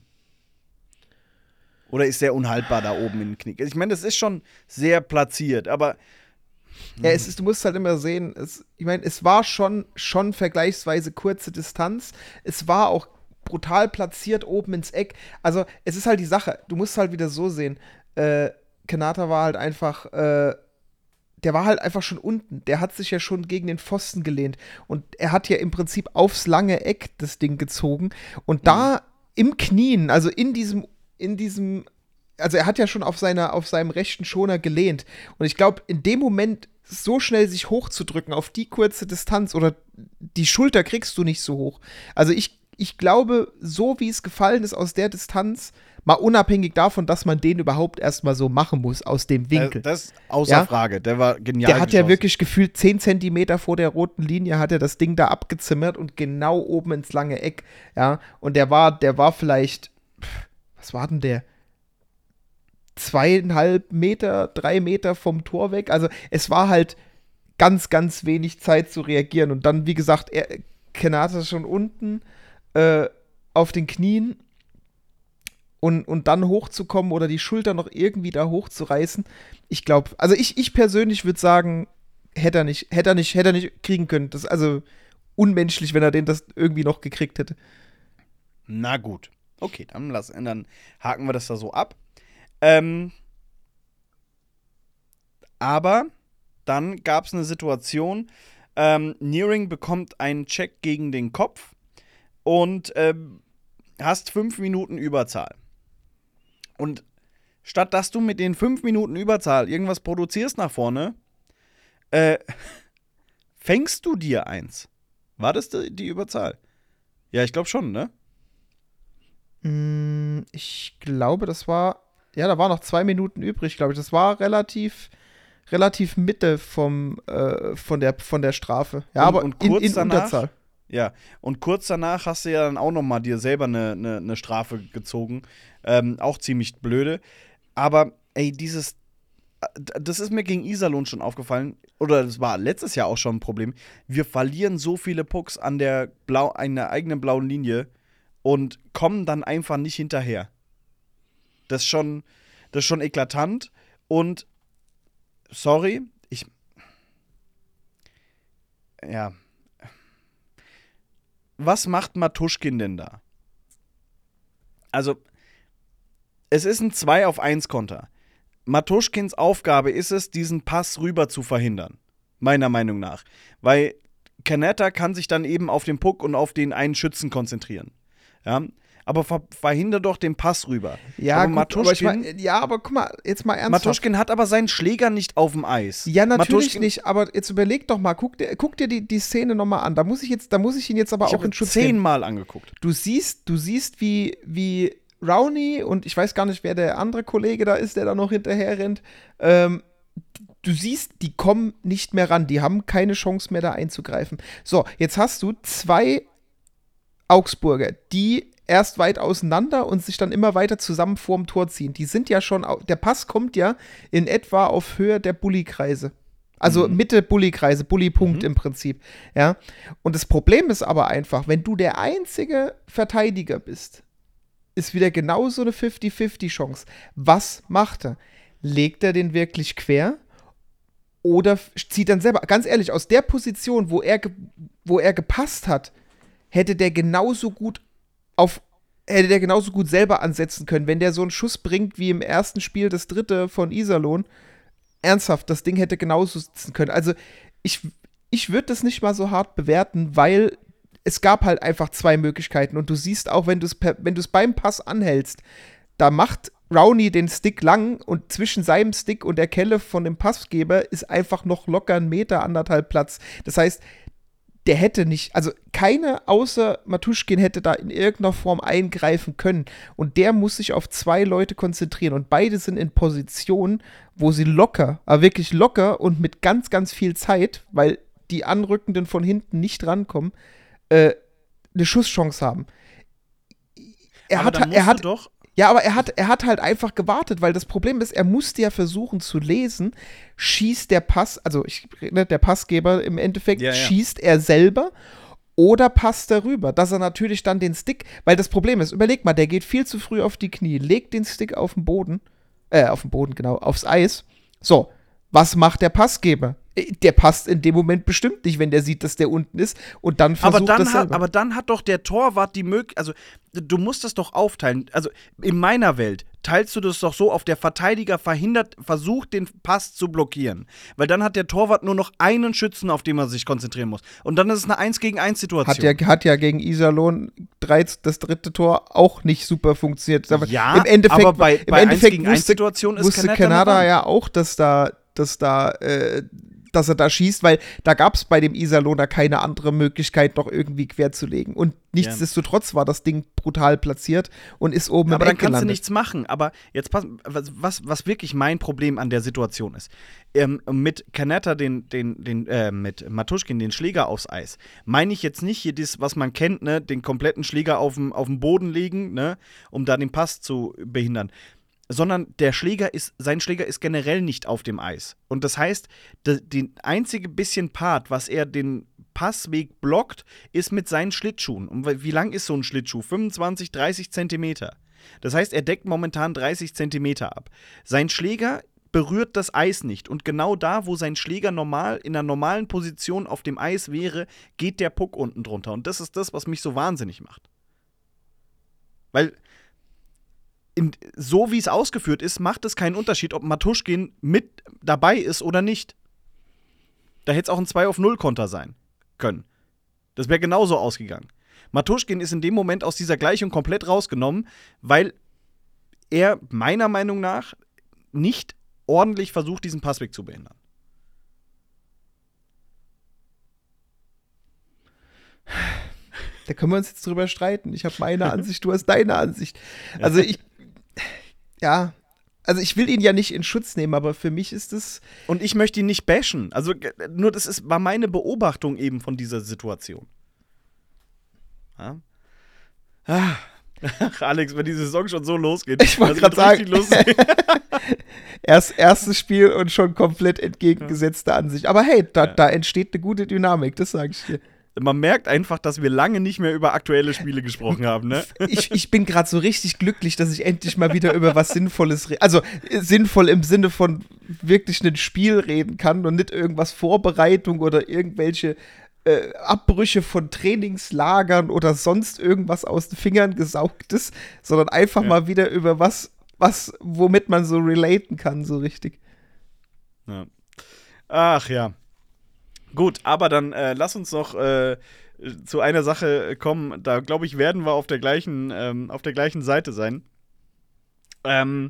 Oder ist der unhaltbar da oben in den Knick? Ich meine, das ist schon sehr platziert, aber Ja, es ist, du musst halt immer sehen, es, ich meine, es war schon, schon vergleichsweise kurze Distanz. Es war auch brutal platziert oben ins Eck. Also, es ist halt die Sache, du musst halt wieder so sehen. Äh, Kanata war halt einfach, äh, der war halt einfach schon unten. Der hat sich ja schon gegen den Pfosten gelehnt. Und er hat ja im Prinzip aufs lange Eck das Ding gezogen. Und da im Knien, also in diesem, in diesem, also er hat ja schon auf, seiner, auf seinem rechten Schoner gelehnt. Und ich glaube, in dem Moment so schnell sich hochzudrücken auf die kurze Distanz oder die Schulter kriegst du nicht so hoch. Also ich, ich glaube, so wie es gefallen ist aus der Distanz, mal unabhängig davon, dass man den überhaupt erstmal so machen muss, aus dem Winkel. äh, das außer Ja? Frage. Der war genial. Der hat ja geschossen. wirklich gefühlt zehn Zentimeter vor der roten Linie hat er das Ding da abgezimmert und genau oben ins lange Eck. Ja, und der war, der war vielleicht, pff, was war denn der? Zweieinhalb Meter, drei Meter vom Tor weg. Also es war halt ganz, ganz wenig Zeit zu reagieren. Und dann, wie gesagt, er, Kanata schon unten äh, auf den Knien und, und dann hochzukommen oder die Schulter noch irgendwie da hochzureißen. Ich glaube, also ich, ich persönlich würde sagen, hätte er nicht, hätte er nicht, hätte er nicht kriegen können. Das ist also unmenschlich, wenn er den das irgendwie noch gekriegt hätte. Na gut. Okay, dann, lass, dann haken wir das da so ab. Ähm, aber dann gab es eine Situation, ähm, Nearing bekommt einen Check gegen den Kopf und ähm, hast fünf Minuten Überzahl. Und statt dass du mit den fünf Minuten Überzahl irgendwas produzierst nach vorne, äh, fängst du dir eins. War das die, die Überzahl? Ja, ich glaube schon, ne? Mm, Ich glaube, das war, ja, da waren noch zwei Minuten übrig, glaube ich. Das war relativ, relativ Mitte vom, äh, von, der, von der Strafe. Ja, Und- aber und in, kurz in danach- Unterzahl. Ja, und kurz danach hast du ja dann auch noch mal dir selber eine, eine, eine Strafe gezogen. Ähm, auch ziemlich blöde. Aber, ey, dieses, äh, das ist mir gegen Iserlohn schon aufgefallen, oder das war letztes Jahr auch schon ein Problem. Wir verlieren so viele Pucks an der, Blau, an der eigenen blauen Linie und kommen dann einfach nicht hinterher. Das ist schon, das ist schon eklatant. Und, sorry, ich ja. Was macht Matuschkin denn da? Also, es ist ein zwei auf eins Konter. Matuschkins Aufgabe ist es, diesen Pass rüber zu verhindern. Meiner Meinung nach. Weil Kanata kann sich dann eben auf den Puck und auf den einen Schützen konzentrieren. Ja, aber ver verhindert doch den Pass rüber. Ja, aber gut, Matuschkin, aber ich mein, ja, aber guck mal, jetzt mal ernsthaft. Matuschkin hat aber seinen Schläger nicht auf dem Eis. Ja, natürlich Matuschkin, nicht, aber jetzt überleg doch mal, guck dir, guck dir die, die Szene nochmal an. Da muss ich jetzt, da muss ich ihn jetzt aber ich auch in habe Schutz nehmen. zehnmal angeguckt. Du siehst, du siehst, wie, wie Rowney und ich weiß gar nicht, wer der andere Kollege da ist, der da noch hinterher rennt. Ähm, du siehst, die kommen nicht mehr ran, die haben keine Chance mehr da einzugreifen. So, jetzt hast du zwei Augsburger, die erst weit auseinander und sich dann immer weiter zusammen vorm Tor ziehen. Die sind ja schon, der Pass kommt ja in etwa auf Höhe der Bulli-Kreise. Also Mhm. Mitte Bulli-Kreise, Bulli-Punkt Mhm. im Prinzip. Ja. Und das Problem ist aber einfach, wenn du der einzige Verteidiger bist, ist wieder genauso eine fünfzig fünfzig Chance. Was macht er? Legt er den wirklich quer? Oder zieht dann selber? Ganz ehrlich, aus der Position, wo er, wo er gepasst hat, hätte der genauso gut auf, hätte der genauso gut selber ansetzen können. Wenn der so einen Schuss bringt wie im ersten Spiel, das dritte von Iserlohn, ernsthaft, das Ding hätte genauso sitzen können. Also ich, ich würde das nicht mal so hart bewerten, weil es gab halt einfach zwei Möglichkeiten. Und du siehst auch, wenn du es wenn du es beim Pass anhältst, da macht Rowney den Stick lang und zwischen seinem Stick und der Kelle von dem Passgeber ist einfach noch locker ein Meter, anderthalb Platz. Das heißt, der hätte nicht, also keine außer Matuschkin hätte da in irgendeiner Form eingreifen können. Und der muss sich auf zwei Leute konzentrieren. Und beide sind in Positionen, wo sie locker, aber wirklich locker und mit ganz, ganz viel Zeit, weil die Anrückenden von hinten nicht rankommen, äh, eine Schusschance haben. Er aber hat, dann musst er hat, du doch ja, aber er hat, er hat halt einfach gewartet, weil das Problem ist, er musste ja versuchen zu lesen, schießt der Pass, also ich, ne, der Passgeber im Endeffekt, Ja, ja. schießt er selber oder passt er rüber, dass er natürlich dann den Stick, weil das Problem ist, überleg mal, der geht viel zu früh auf die Knie, legt den Stick auf den Boden, äh, auf den Boden, genau, aufs Eis. So, was macht der Passgeber? Der passt in dem Moment bestimmt nicht, wenn der sieht, dass der unten ist und dann versucht aber dann das hat, selber. aber dann hat doch der Torwart die Möglichkeit, also du musst das doch aufteilen. Also in meiner Welt teilst du das doch so auf, der Verteidiger verhindert, versucht den Pass zu blockieren. Weil dann hat der Torwart nur noch einen Schützen, auf den er sich konzentrieren muss. Und dann ist es eine eins gegen eins Situation. Hat ja, hat ja gegen Iserlohn drei, das dritte Tor auch nicht super funktioniert. Aber Ja, im Endeffekt, aber bei- im bei Endeffekt eins gegen eins wusste, Situation ist wusste Kanada Kanada noch ran. ja auch, dass da, dass da, äh, dass er da schießt, weil da gab es bei dem Iserlohner keine andere Möglichkeit, noch irgendwie quer zu legen. Und nichtsdestotrotz war das Ding brutal platziert und ist oben aber im dann Eck kannst gelandet. du nichts machen. Aber jetzt pass, was, was, was wirklich mein Problem an der Situation ist. Ähm, mit Kanata, den, den, den, äh, mit Matuschkin, den Schläger aufs Eis, meine ich jetzt nicht hier das, was man kennt, ne, den kompletten Schläger auf dem Boden legen, ne, um da den Pass zu behindern. Sondern der Schläger ist, sein Schläger ist generell nicht auf dem Eis. Und das heißt, de, den einzige bisschen Part, was er den Passweg blockt, ist mit seinen Schlittschuhen. Und wie lang ist so ein Schlittschuh? fünfundzwanzig, dreißig Zentimeter. Das heißt, er deckt momentan dreißig Zentimeter ab. Sein Schläger berührt das Eis nicht. Und genau da, wo sein Schläger normal in einer normalen Position auf dem Eis wäre, geht der Puck unten drunter. Und das ist das, was mich so wahnsinnig macht. Weil In, so wie es ausgeführt ist, macht es keinen Unterschied, ob Matuschkin mit dabei ist oder nicht. Da hätte es auch ein zwei auf null Konter sein können. Das wäre genauso ausgegangen. Matuschkin ist in dem Moment aus dieser Gleichung komplett rausgenommen, weil er meiner Meinung nach nicht ordentlich versucht, diesen Passweg zu behindern. Da können wir uns jetzt drüber streiten. Ich habe meine Ansicht, du hast deine Ansicht. Also ich, ja, also ich will ihn ja nicht in Schutz nehmen, aber für mich ist es. Und ich möchte ihn nicht bashen. Also nur das ist, war meine Beobachtung eben von dieser Situation. Ja? Ach, Alex, wenn die Saison schon so losgeht. Ich wollte das gerade wird sagen, richtig lustig. erst erstes Spiel und schon komplett entgegengesetzte Ansicht. Aber hey, da, Ja. da entsteht eine gute Dynamik, das sage ich dir. Man merkt einfach, dass wir lange nicht mehr über aktuelle Spiele gesprochen haben, ne? Ich, ich bin gerade so richtig glücklich, dass ich endlich mal wieder über was Sinnvolles rede. Also äh, sinnvoll im Sinne von wirklich ein Spiel reden kann und nicht irgendwas Vorbereitung oder irgendwelche äh, Abbrüche von Trainingslagern oder sonst irgendwas aus den Fingern gesaugtes, sondern einfach Ja. mal wieder über was, was, womit man so relaten kann, so richtig. Ja. Ach ja. Gut, aber dann äh, lass uns noch äh, zu einer Sache kommen. Da glaube ich, werden wir auf der gleichen, ähm, auf der gleichen Seite sein. Ähm,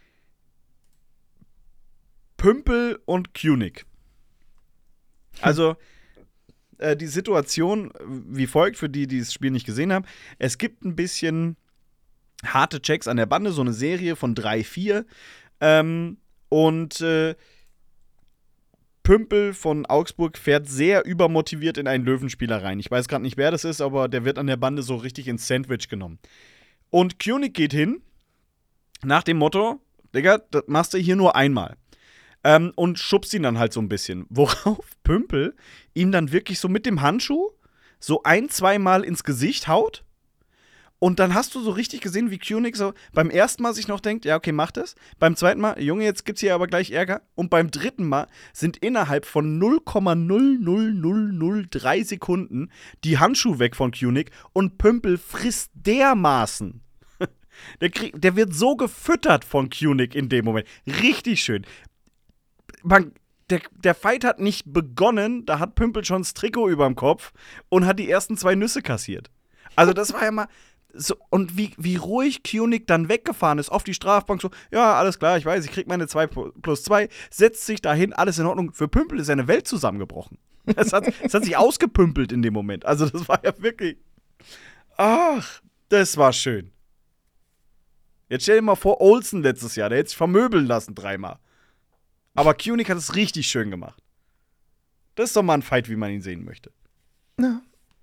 Pümpel und Kunig. Also äh, die Situation wie folgt, für die, die das Spiel nicht gesehen haben. Es gibt ein bisschen harte Checks an der Bande, so eine Serie von drei, vier. Ähm, und äh, Pümpel von Augsburg fährt sehr übermotiviert in einen Löwenspieler rein. Ich weiß gerade nicht, wer das ist, aber der wird an der Bande so richtig ins Sandwich genommen. Und Kunig geht hin, nach dem Motto, Digga, das machst du hier nur einmal. Ähm, und schubst ihn dann halt so ein bisschen. Worauf Pümpel ihm dann wirklich so mit dem Handschuh so ein, zweimal ins Gesicht haut. Und dann hast du so richtig gesehen, wie Kunig so beim ersten Mal sich noch denkt, ja, okay, mach das. Beim zweiten Mal, Junge, jetzt gibt's hier aber gleich Ärger. Und beim dritten Mal sind innerhalb von null Komma null null null null drei Sekunden die Handschuhe weg von Kunig und Pümpel frisst dermaßen. Der, krieg, der wird so gefüttert von Kunig in dem Moment. Richtig schön. Man, der, der Fight hat nicht begonnen, da hat Pümpel schon das Trikot überm Kopf und hat die ersten zwei Nüsse kassiert. Also das war ja mal so, und wie, wie ruhig Kunig dann weggefahren ist auf die Strafbank, so, ja, alles klar, ich weiß, ich krieg meine zwei plus zwei, setzt sich dahin, alles in Ordnung. Für Pümpel ist seine Welt zusammengebrochen. Es hat, es hat sich ausgepümpelt in dem Moment. Also das war ja wirklich, ach, das war schön. Jetzt stell dir mal vor, Olsen letztes Jahr, der hätte sich vermöbeln lassen dreimal. Aber Kunig hat es richtig schön gemacht. Das ist doch mal ein Fight, wie man ihn sehen möchte. Ja.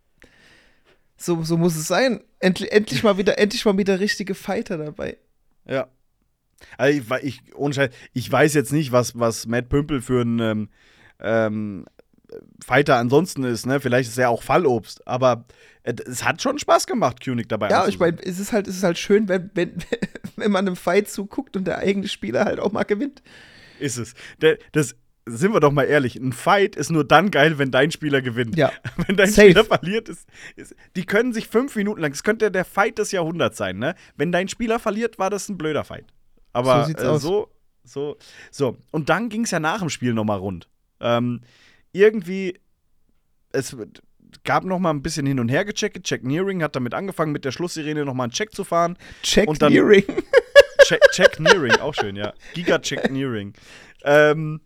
So, so muss es sein. Endlich, endlich mal wieder, endlich mal wieder richtige Fighter dabei. Ja. Also ich, ich, ohne Scheiß, ich weiß jetzt nicht, was, was Matt Pümpel für ein ähm, ähm, Fighter ansonsten ist, ne? Vielleicht ist er auch Fallobst, aber äh, es hat schon Spaß gemacht, Kunig dabei Ja, ich anzusehen. meine, es ist halt, es ist halt schön, wenn, wenn, wenn man einem Fight zuguckt und der eigene Spieler halt auch mal gewinnt. Ist es. Der, das sind wir doch mal ehrlich, ein Fight ist nur dann geil, wenn dein Spieler gewinnt. Ja. Wenn dein Safe. Spieler verliert, ist, ist. Die können sich fünf Minuten lang, es könnte der Fight des Jahrhunderts sein, ne? Wenn dein Spieler verliert, war das ein blöder Fight. Aber So sieht's äh, aus. so, so, so. Und dann ging es ja nach dem Spiel nochmal rund. Ähm, irgendwie, es gab noch mal ein bisschen hin und her gecheckt. Jack Nearing hat damit angefangen, mit der Schlusssirene noch mal einen Check zu fahren. Check Und dann- Nearing. Check, Check Nearing, auch schön, ja. Giga Check Nearing. Ähm,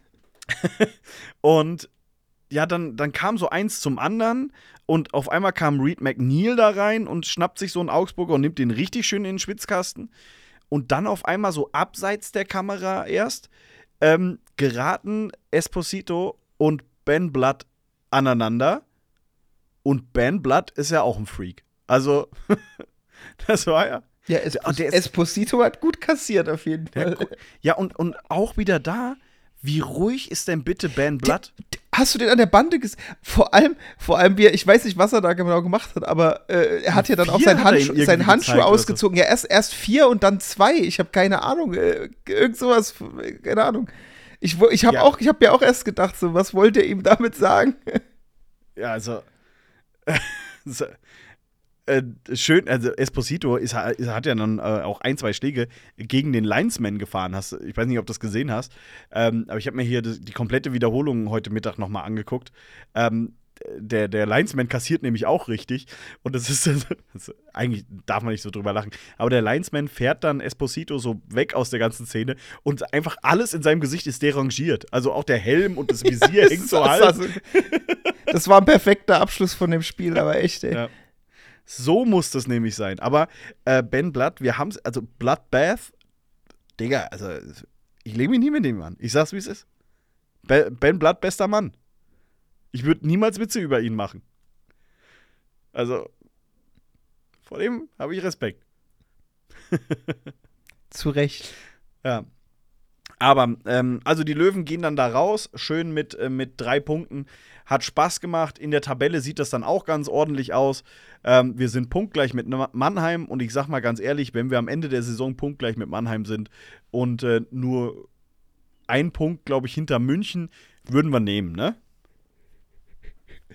und ja, dann, dann kam so eins zum anderen und auf einmal kam Reed McNeil da rein und schnappt sich so einen Augsburger und nimmt den richtig schön in den Schwitzkasten. Und dann auf einmal so abseits der Kamera erst ähm, geraten Esposito und Ben Blood aneinander. Und Ben Blood ist ja auch ein Freak. Also, das war ja. Ja, Espos Und der ist- Esposito hat gut kassiert auf jeden Der, Fall. gu- ja, und, und auch wieder da, wie ruhig ist denn bitte Ben Blood? Hast du den an der Bande gesehen? Vor allem, vor allem, wie er, ich weiß nicht, was er da genau gemacht hat, aber äh, er hat ja dann auch Vier seinen hat er ihm Handschuh, irgendwie seinen Handschuh gezeigt oder so. ausgezogen. Ja, erst, erst vier und dann zwei. Ich habe keine Ahnung. Äh, irgend sowas, äh, keine Ahnung. Ich, wo- ich habe Ja. auch, ich habe mir auch erst gedacht, so, was wollte er ihm damit sagen? Ja, also. so, äh, schön, also Esposito ist, ist, hat ja dann äh, auch ein, zwei Schläge gegen den Linesman gefahren. Hast, du- ich weiß nicht, ob du das gesehen hast, ähm, aber ich habe mir hier die, die komplette Wiederholung heute Mittag nochmal angeguckt. Ähm, der, der Linesman kassiert nämlich auch richtig. Und das ist, das ist, eigentlich darf man nicht so drüber lachen. Aber der Linesman fährt dann Esposito so weg aus der ganzen Szene und einfach alles in seinem Gesicht ist derangiert. Also auch der Helm und das Visier hängt so Das halb. war so- Das war ein perfekter Abschluss von dem Spiel, aber echt, ey. Ja. So muss das nämlich sein. Aber äh, Ben Blood, wir haben es, also Bloodbath, Digga, also ich lege mich nie mit dem an. Ich sag's, wie es ist. Be Ben Blood, bester Mann. Ich würde niemals Witze über ihn machen. Also, vor dem habe ich Respekt. Zu Recht. Ja. Aber, ähm, also die Löwen gehen dann da raus, schön mit, äh, mit drei Punkten. Hat Spaß gemacht. In der Tabelle sieht das dann auch ganz ordentlich aus. Ähm, wir sind punktgleich mit Ma- Mannheim. Und ich sag mal ganz ehrlich, wenn wir am Ende der Saison punktgleich mit Mannheim sind und äh, nur ein Punkt, glaube ich, hinter München, würden wir nehmen, ne?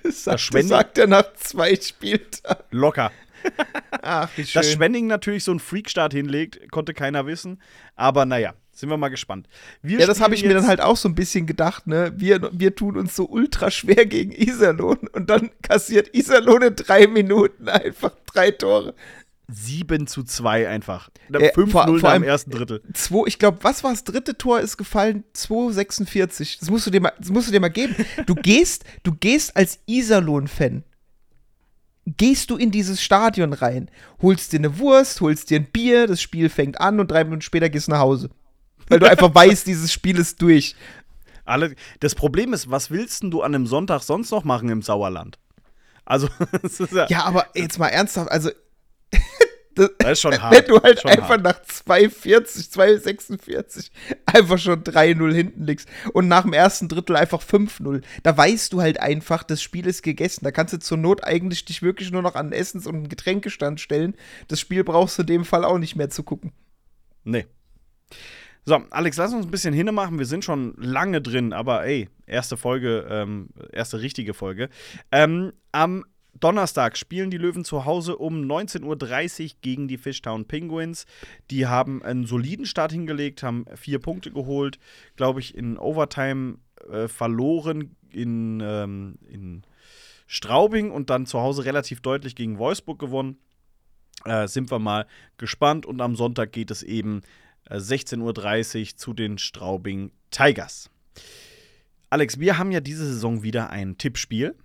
Das sagt, Schwenning- das sagt er nach zwei Spieltagen. Locker. Ach, wie schön. Dass Schwenning natürlich so einen Freakstart hinlegt, konnte keiner wissen. Aber naja, sind wir mal gespannt. Wir Ja, das habe spielen ich mir dann jetzt- halt auch so ein bisschen gedacht, ne? Wir, wir tun uns so ultra schwer gegen Iserlohn und dann kassiert Iserlohn in drei Minuten einfach drei Tore. sieben zu zwei einfach. Äh, fünf vor- null vor nach allem- dem ersten Drittel. Zwei, ich glaube, was war das dritte Tor ist gefallen? zwei sechsundvierzig. Das musst du dir mal, das musst du dir mal geben. Du gehst, du gehst als Iserlohn-Fan. Gehst du in dieses Stadion rein, holst dir eine Wurst, holst dir ein Bier, das Spiel fängt an und drei Minuten später gehst du nach Hause. Weil du einfach weißt, dieses Spiel ist durch. Alle, das Problem ist, was willst denn du an einem Sonntag sonst noch machen im Sauerland? Also, das ist ja, Ja, aber jetzt mal ernsthaft, also das, das ist schon hart. wenn du halt Schon einfach hart. nach zwei vierzig, zwei sechsundvierzig einfach schon drei null hinten liegst und nach dem ersten Drittel einfach fünf null, da weißt du halt einfach, das Spiel ist gegessen. Da kannst du zur Not eigentlich dich wirklich nur noch an den Essens- und einen Getränkestand stellen. Das Spiel brauchst du in dem Fall auch nicht mehr zu gucken. Nee. So, Alex, lass uns ein bisschen hinmachen. Wir sind schon lange drin, aber ey, erste Folge, ähm, erste richtige Folge. Ähm, am Donnerstag spielen die Löwen zu Hause um neunzehn Uhr dreißig gegen die Fishtown Penguins. Die haben einen soliden Start hingelegt, haben vier Punkte geholt, glaube ich, in Overtime äh, verloren in, ähm, in Straubing und dann zu Hause relativ deutlich gegen Wolfsburg gewonnen. Äh, sind wir mal gespannt und am Sonntag geht es eben äh, sechzehn Uhr dreißig zu den Straubing Tigers. Alex, wir haben ja diese Saison wieder ein Tippspiel.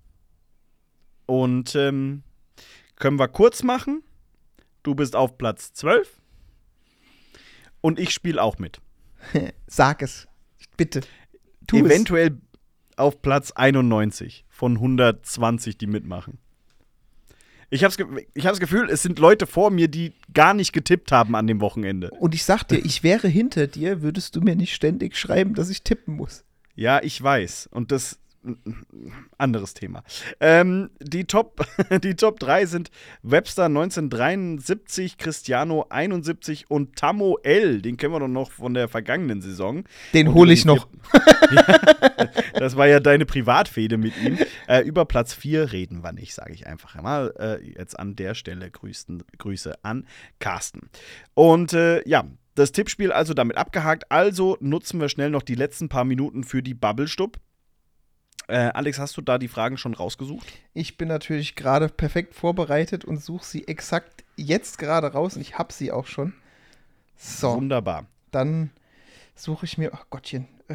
Und ähm, können wir kurz machen. Du bist auf Platz zwölf. Und ich spiele auch mit. Sag es. Bitte. Tu Eventuell auf Platz einundneunzig von hundertzwanzig, die mitmachen. Ich habe ich hab das Gefühl, es sind Leute vor mir, die gar nicht getippt haben an dem Wochenende. es. Und ich sag dir, ich wäre hinter dir, würdest du mir nicht ständig schreiben, dass ich tippen muss. Ja, ich weiß. Und das anderes Thema. Ähm, die Top, die Top drei sind Webster neunzehnhundertdreiundsiebzig, Cristiano einundsiebzig und Tammo L. Den kennen wir doch noch von der vergangenen Saison. Den Und hole über ich die noch. vier- Das war ja deine Privatfehde mit ihm. Äh, über Platz vier reden wir nicht, sage ich einfach mal. Äh, jetzt an der Stelle grüßen, Grüße an Carsten. Und äh, ja, das Tippspiel also damit abgehakt. Also nutzen wir schnell noch die letzten paar Minuten für die Bubble-Stub. Äh, Alex, hast du da die Fragen schon rausgesucht? Ich bin natürlich gerade perfekt vorbereitet und suche sie exakt jetzt gerade raus und ich habe sie auch schon. So, Wunderbar. dann suche ich mir, ach Gottchen, äh,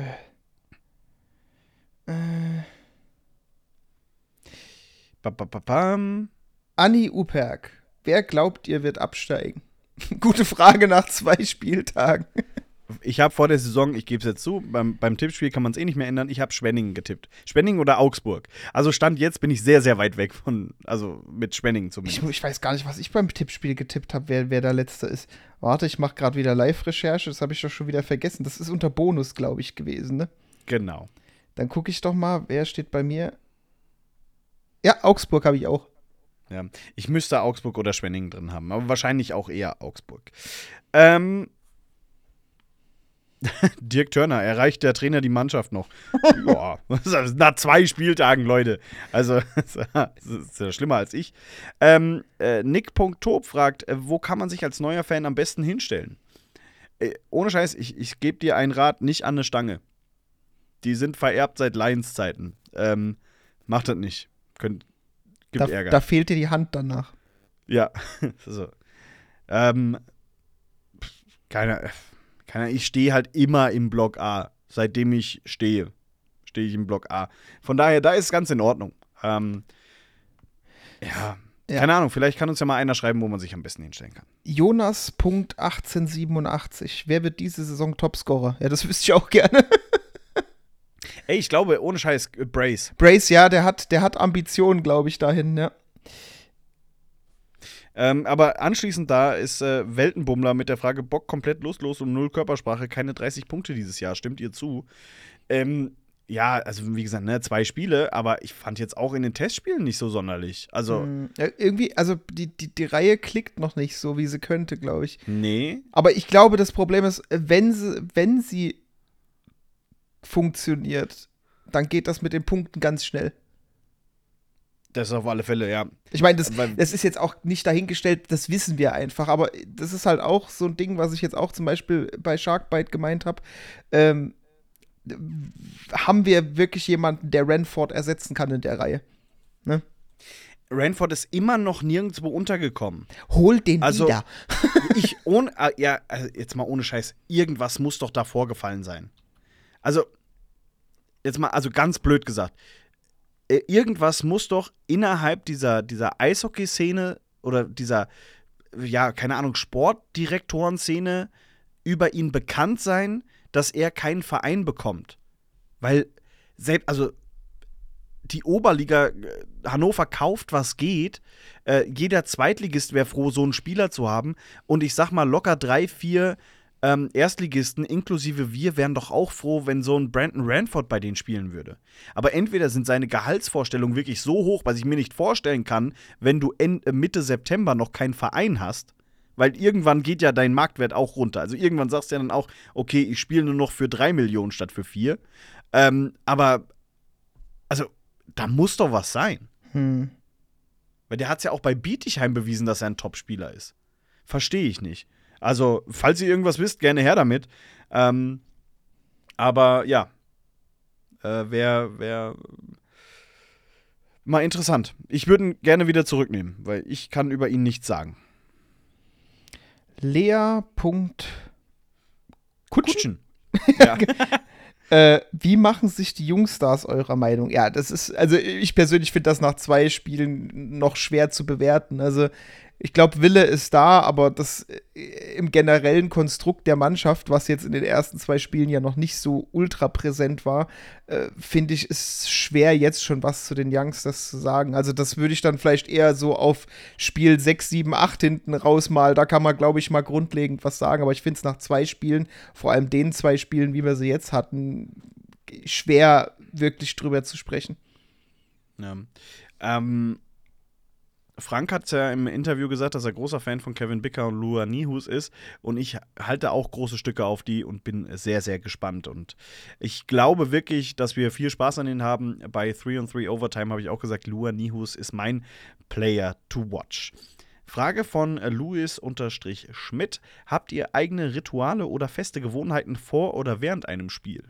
äh, Ba, ba, ba, bam. Anni Uperk, wer glaubt ihr wird absteigen? Gute Frage nach zwei Spieltagen. Ich habe vor der Saison, ich gebe es jetzt zu, beim, beim Tippspiel kann man es eh nicht mehr ändern, ich habe Schwenningen getippt. Schwenningen oder Augsburg. Also Stand jetzt bin ich sehr, sehr weit weg von, also mit Schwenningen Ich, zumindest. ich weiß gar nicht, was ich beim Tippspiel getippt habe, wer, wer da Letzter ist. Warte, ich mache gerade wieder Live-Recherche, das habe ich doch schon wieder vergessen. Das ist unter Bonus, glaube ich, gewesen, ne? Genau. Dann gucke ich doch mal, wer steht bei mir. Ja, Augsburg habe ich auch. Ja. Ich müsste Augsburg oder Schwenningen drin haben, aber wahrscheinlich auch eher Augsburg. Ähm. Dirk Turner, erreicht der Trainer die Mannschaft noch? Ja, nach zwei Spieltagen, Leute. Also, das ist ja schlimmer als ich. Ähm, äh, Nick.top fragt, äh, wo kann man sich als neuer Fan am besten hinstellen? Äh, ohne Scheiß, ich, ich gebe dir einen Rat, nicht an eine Stange. Die sind vererbt seit Lions-Zeiten. Ähm, macht das nicht. Könnt, gibt Da, Ärger. da fehlt dir die Hand danach. Ja, so. Ähm, pf, keine, keine, ich stehe halt immer im Block A. Seitdem ich stehe, stehe ich im Block A. Von daher, da ist es ganz in Ordnung. Ähm, ja, Ja. keine Ahnung, vielleicht kann uns ja mal einer schreiben, wo man sich am besten hinstellen kann. Jonas achtzehn siebenundachtzig. Wer wird diese Saison Topscorer? Ja, das wüsste ich auch gerne. Ey, ich glaube, ohne Scheiß, äh, Brace. Brace, ja, der hat, der hat Ambitionen, glaube ich, dahin, ja. Ähm, aber anschließend da ist äh, Weltenbummler mit der Frage: Bock komplett lustlos und null Körpersprache, keine dreißig Punkte dieses Jahr. Stimmt ihr zu? Ähm, ja, also wie gesagt, ne, zwei Spiele, aber ich fand jetzt auch in den Testspielen nicht so sonderlich. Also, Mm, ja, irgendwie, also die, die, die Reihe klickt noch nicht so, wie sie könnte, glaube ich. nee. Aber ich glaube, das Problem ist, wenn sie, wenn sie funktioniert, dann geht das mit den Punkten ganz schnell. Das auf alle Fälle, ja. Ich meine, das, Weil- das ist jetzt auch nicht dahingestellt, das wissen wir einfach, aber das ist halt auch so ein Ding, was ich jetzt auch zum Beispiel bei Sharkbite gemeint habe. Ähm, haben wir wirklich jemanden, der Ranford ersetzen kann in der Reihe? Ne? Ranford ist immer noch nirgendwo untergekommen. Hol den Also, wieder. ich ohne, äh, ja, also jetzt mal ohne Scheiß, irgendwas muss doch da vorgefallen sein. Also, jetzt mal, also ganz blöd gesagt, äh, irgendwas muss doch innerhalb dieser, dieser Eishockey-Szene oder dieser, ja, keine Ahnung, Sportdirektoren-Szene über ihn bekannt sein, dass er keinen Verein bekommt. Weil, selbst, also, die Oberliga, äh, Hannover kauft, was geht. Äh, jeder Zweitligist wäre froh, so einen Spieler zu haben. Und ich sag mal, locker drei, vier ähm, Erstligisten, inklusive wir, wären doch auch froh, wenn so ein Brandon Ranford bei denen spielen würde. Aber entweder sind seine Gehaltsvorstellungen wirklich so hoch, was ich mir nicht vorstellen kann, wenn du en- äh, Mitte September noch keinen Verein hast. Weil irgendwann geht ja dein Marktwert auch runter. Also irgendwann sagst du ja dann auch, okay, ich spiele nur noch für drei Millionen statt für vier. Ähm, aber, also, da muss doch was sein. Hm. Weil der hat es ja auch bei Bietigheim bewiesen, dass er ein Top-Spieler ist. Verstehe ich nicht. Also, falls ihr irgendwas wisst, gerne her damit. Ähm, aber ja, äh, wäre wär mal interessant. Ich würde ihn gerne wieder zurücknehmen, weil ich kann über ihn nichts sagen. Lea. Punkt Kutschen. Ja. Äh, wie machen sich die Jungstars eurer Meinung? Ja, das ist, also ich persönlich finde das nach zwei Spielen noch schwer zu bewerten. Also ich glaube, Wille ist da, aber das äh, im generellen Konstrukt der Mannschaft, was jetzt in den ersten zwei Spielen ja noch nicht so ultra präsent war, äh, finde ich, ist schwer, jetzt schon was zu den Youngsters zu sagen. Also das würde ich dann vielleicht eher so auf Spiel sechs, sieben, acht hinten raus mal, da kann man, glaube ich, mal grundlegend was sagen, aber ich finde es nach zwei Spielen, vor allem den zwei Spielen, wie wir sie jetzt hatten, schwer, wirklich drüber zu sprechen. Ja. Ähm, Frank hat ja im Interview gesagt, dass er großer Fan von Kevin Bicker und Lua Nihus ist. Und ich halte auch große Stücke auf die und bin sehr, sehr gespannt. Und ich glaube wirklich, dass wir viel Spaß an denen haben. Bei drei on drei Overtime habe ich auch gesagt, Lua Nihus ist mein Player to watch. Frage von Louis-Schmidt. Habt ihr eigene Rituale oder feste Gewohnheiten vor oder während einem Spiel?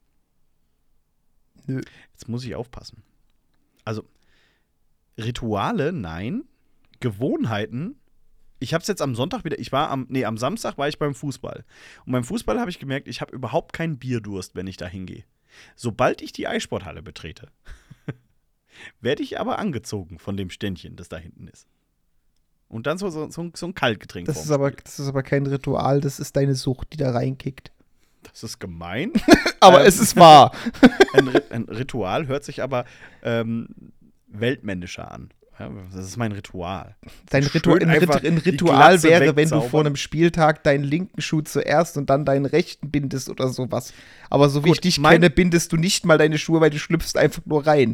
Nö. Jetzt muss ich aufpassen. Also, Rituale, nein. Gewohnheiten. Ich habe es jetzt am Sonntag wieder, ich war am, nee, am Samstag war ich beim Fußball. Und beim Fußball habe ich gemerkt, ich habe überhaupt keinen Bierdurst, wenn ich da hingehe. Sobald ich die Eissporthalle betrete, werde ich aber angezogen von dem Ständchen, das da hinten ist. Und dann so, so, so, so ein Kaltgetränk. Das vorm ist, aber, Spiel. das ist aber kein Ritual, das ist deine Sucht, die da reinkickt. Das ist gemein. Aber Ähm, es ist wahr. Ein, Ri- ein Ritual hört sich aber ähm, weltmännischer an. Ja, das ist mein Ritual. Dein Schön Ritual, ein, einfach Rit ein die Ritual Glatze wäre, wenn du wegzaubern. vor einem Spieltag deinen linken Schuh zuerst und dann deinen rechten bindest oder sowas. Aber so wie Gut, ich dich mein- kenne, bindest du nicht mal deine Schuhe, weil du schlüpfst einfach nur rein.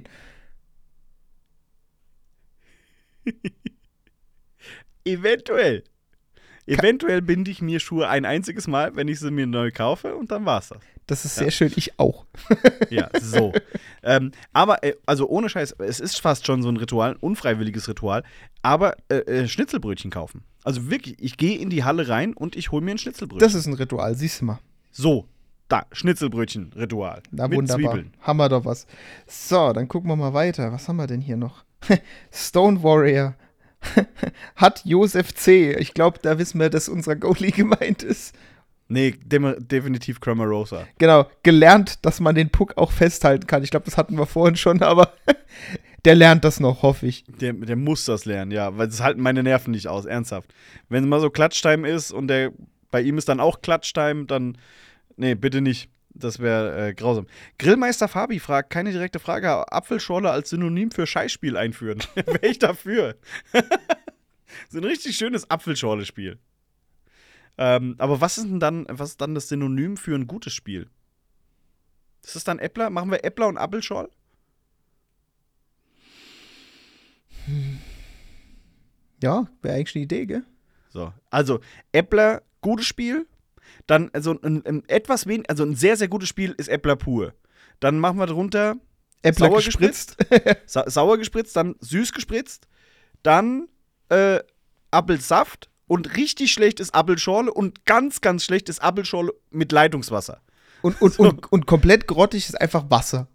Eventuell. Eventuell binde ich mir Schuhe ein einziges Mal, wenn ich sie mir neu kaufe und dann war's das. Das ist Ja. sehr schön, ich auch. Ja, so. ähm, aber, äh, also ohne Scheiß, es ist fast schon so ein Ritual, ein unfreiwilliges Ritual, aber äh, äh, Schnitzelbrötchen kaufen. Also wirklich, ich gehe in die Halle rein und ich hole mir ein Schnitzelbrötchen. Das ist ein Ritual, siehst du mal. So, da, Schnitzelbrötchen-Ritual. Na mit wunderbar. Zwiebeln. Haben wir doch was. So, dann gucken wir mal weiter. Was haben wir denn hier noch? Stone Warrior. Hat Josef C. Ich glaube, da wissen wir, dass unser Goalie gemeint ist. Nee, dem, definitiv Cramarosa. Genau, gelernt, dass man den Puck auch festhalten kann. Ich glaube, das hatten wir vorhin schon, aber der lernt das noch, hoffe ich. Der, der muss das lernen, ja, weil das halten meine Nerven nicht aus, ernsthaft. Wenn mal so Klatchtime ist und der bei ihm ist dann auch Klatchtime, dann, nee, bitte nicht. Das wäre äh, grausam. Grillmeister Fabi fragt, keine direkte Frage, Apfelschorle als Synonym für Scheißspiel einführen. Wäre ich dafür. So ein richtig schönes Apfelschorle-Spiel. Ähm, aber was ist denn dann, was ist dann das Synonym für ein gutes Spiel? Ist das dann Äppler? Machen wir Äppler und Apfelschorle? Ja, wäre eigentlich eine Idee, gell? So, also Äppler, gutes Spiel. Dann, also ein, ein etwas wenig, also ein sehr, sehr gutes Spiel ist Äppler pur. Dann machen wir drunter Äppler sauer gespritzt. Sa sauer gespritzt, dann süß gespritzt, dann äh, Apfelsaft und richtig schlecht ist Apfelschorle und ganz, ganz schlecht ist Apfelschorle mit Leitungswasser. Und, und, So. und, und komplett grottig ist einfach Wasser.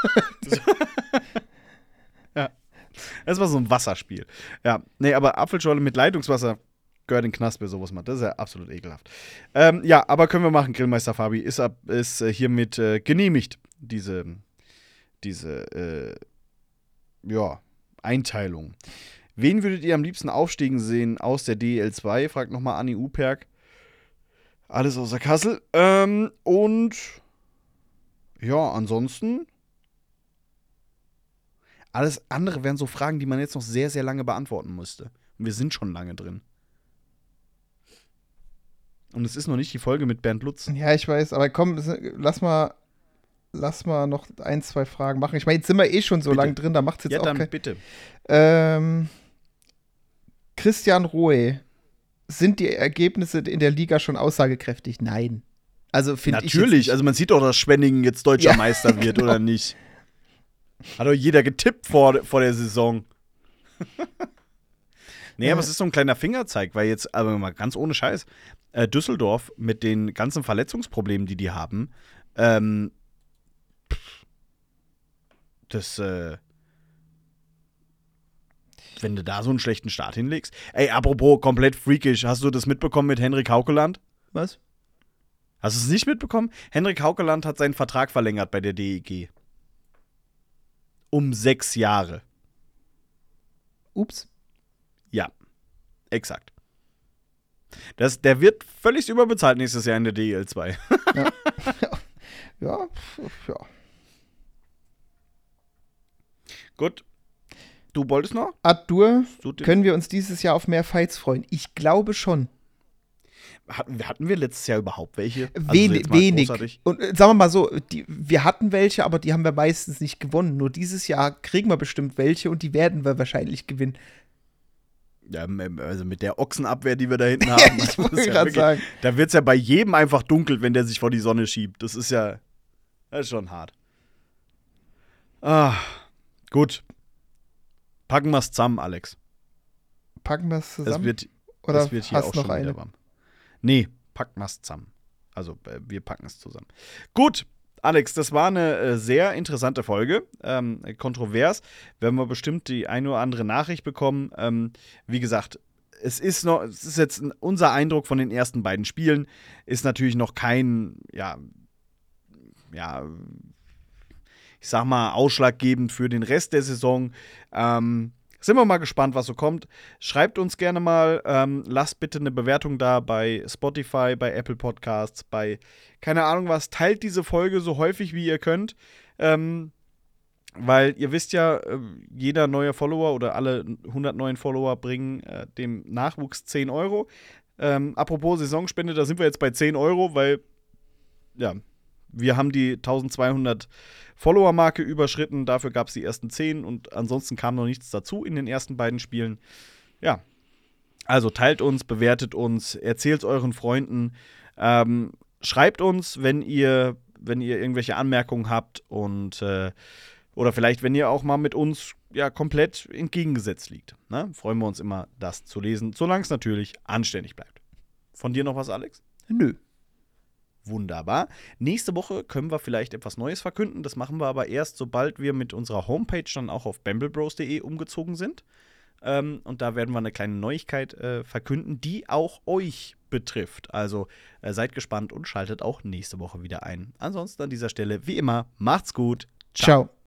Ja. Das war so ein Wasserspiel. Ja, nee, aber Apfelschorle mit Leitungswasser gehört in den Knast, wer sowas macht. Das ist ja absolut ekelhaft. Ähm, ja, aber können wir machen. Grillmeister Fabi ist, ab, ist äh, hiermit äh, genehmigt, diese, diese äh, ja, Einteilung. Wen würdet ihr am liebsten aufsteigen sehen aus der D E L zwei? Fragt nochmal Anni Uperk. Alles außer Kassel. Ähm, und ja, ansonsten alles andere wären so Fragen, die man jetzt noch sehr, sehr lange beantworten müsste. Und wir sind schon lange drin. Und es ist noch nicht die Folge mit Bernd Lutz. Ja, ich weiß, aber komm, lass mal, lass mal noch ein, zwei Fragen machen. Ich meine, jetzt sind wir eh schon so Bitte. lang drin, da macht es jetzt Ja, auch dann kein... bitte. Ähm, Christian Rohe, sind die Ergebnisse in der Liga schon aussagekräftig? Nein. Also finde ich Natürlich, jetzt also man sieht doch, dass Schwenningen jetzt deutscher Ja, Meister wird, genau. oder nicht? Hat doch jeder getippt vor, vor der Saison. Nee, Ja. aber es ist so ein kleiner Fingerzeig, weil jetzt, aber mal ganz ohne Scheiß, äh, Düsseldorf mit den ganzen Verletzungsproblemen, die die haben, ähm, pff, das, äh, wenn du da so einen schlechten Start hinlegst. Ey, apropos komplett freakish, hast du das mitbekommen mit Henrik Haukeland? Was? Hast du es nicht mitbekommen? Henrik Haukeland hat seinen Vertrag verlängert bei der D E G. Um sechs Jahre. Ups. Ja, exakt. Das, der wird völlig überbezahlt nächstes Jahr in der D E L zwei. Ja, pf, ja. Gut. Du wolltest noch? Adur, Du, den- können wir uns dieses Jahr auf mehr Fights freuen? Ich glaube schon. Hatten, hatten wir letztes Jahr überhaupt welche? Also so Wen, jetzt mal wenig. großartig. Und äh, sagen wir mal so, die, wir hatten welche, aber die haben wir meistens nicht gewonnen. Nur dieses Jahr kriegen wir bestimmt welche und die werden wir wahrscheinlich gewinnen. Ja, also mit der Ochsenabwehr, die wir da hinten haben. ich das wollte ist ja gerade wirklich- sagen. Da wird es ja bei jedem einfach dunkel, wenn der sich vor die Sonne schiebt. Das ist ja, das ist schon hart. Ah, gut. Packen wir es zusammen, Alex. Packen wir es Es zusammen? wird, Oder es wird hier hast auch noch schon eine? wieder warm. Nee, packen wir es zusammen. Also, äh, wir packen es zusammen. Gut, Alex, das war eine äh, sehr interessante Folge. Ähm, kontrovers. Werden wir bestimmt die eine oder andere Nachricht bekommen. Ähm, wie gesagt, es ist noch, es ist jetzt ein, unser Eindruck von den ersten beiden Spielen. Ist natürlich noch kein, ja, ja, ich sag mal, ausschlaggebend für den Rest der Saison. Ähm, sind wir mal gespannt, was so kommt. Schreibt uns gerne mal, ähm, lasst bitte eine Bewertung da bei Spotify, bei Apple Podcasts, bei keine Ahnung was. Teilt diese Folge so häufig, wie ihr könnt. Ähm, weil ihr wisst ja, äh, jeder neue Follower oder alle hundert neuen Follower bringen äh, dem Nachwuchs zehn Euro. Ähm, apropos Saisonspende, da sind wir jetzt bei zehn Euro, weil, ja, wir haben die eintausendzweihundert Follower-Marke überschritten. Dafür gab es die ersten zehn und ansonsten kam noch nichts dazu in den ersten beiden Spielen. Ja, also teilt uns, bewertet uns, erzählt euren Freunden. Ähm, schreibt uns, wenn ihr, wenn ihr irgendwelche Anmerkungen habt und äh, oder vielleicht, wenn ihr auch mal mit uns ja komplett entgegengesetzt liegt. Ne? Freuen wir uns immer, das zu lesen, solange es natürlich anständig bleibt. Von dir noch was, Alex? Nö. Wunderbar. Nächste Woche können wir vielleicht etwas Neues verkünden. Das machen wir aber erst, sobald wir mit unserer Homepage dann auch auf bamblebros punkt de umgezogen sind. Ähm, und da werden wir eine kleine Neuigkeit äh, verkünden, die auch euch betrifft. Also äh, seid gespannt und schaltet auch nächste Woche wieder ein. Ansonsten an dieser Stelle, wie immer, macht's gut. Ciao.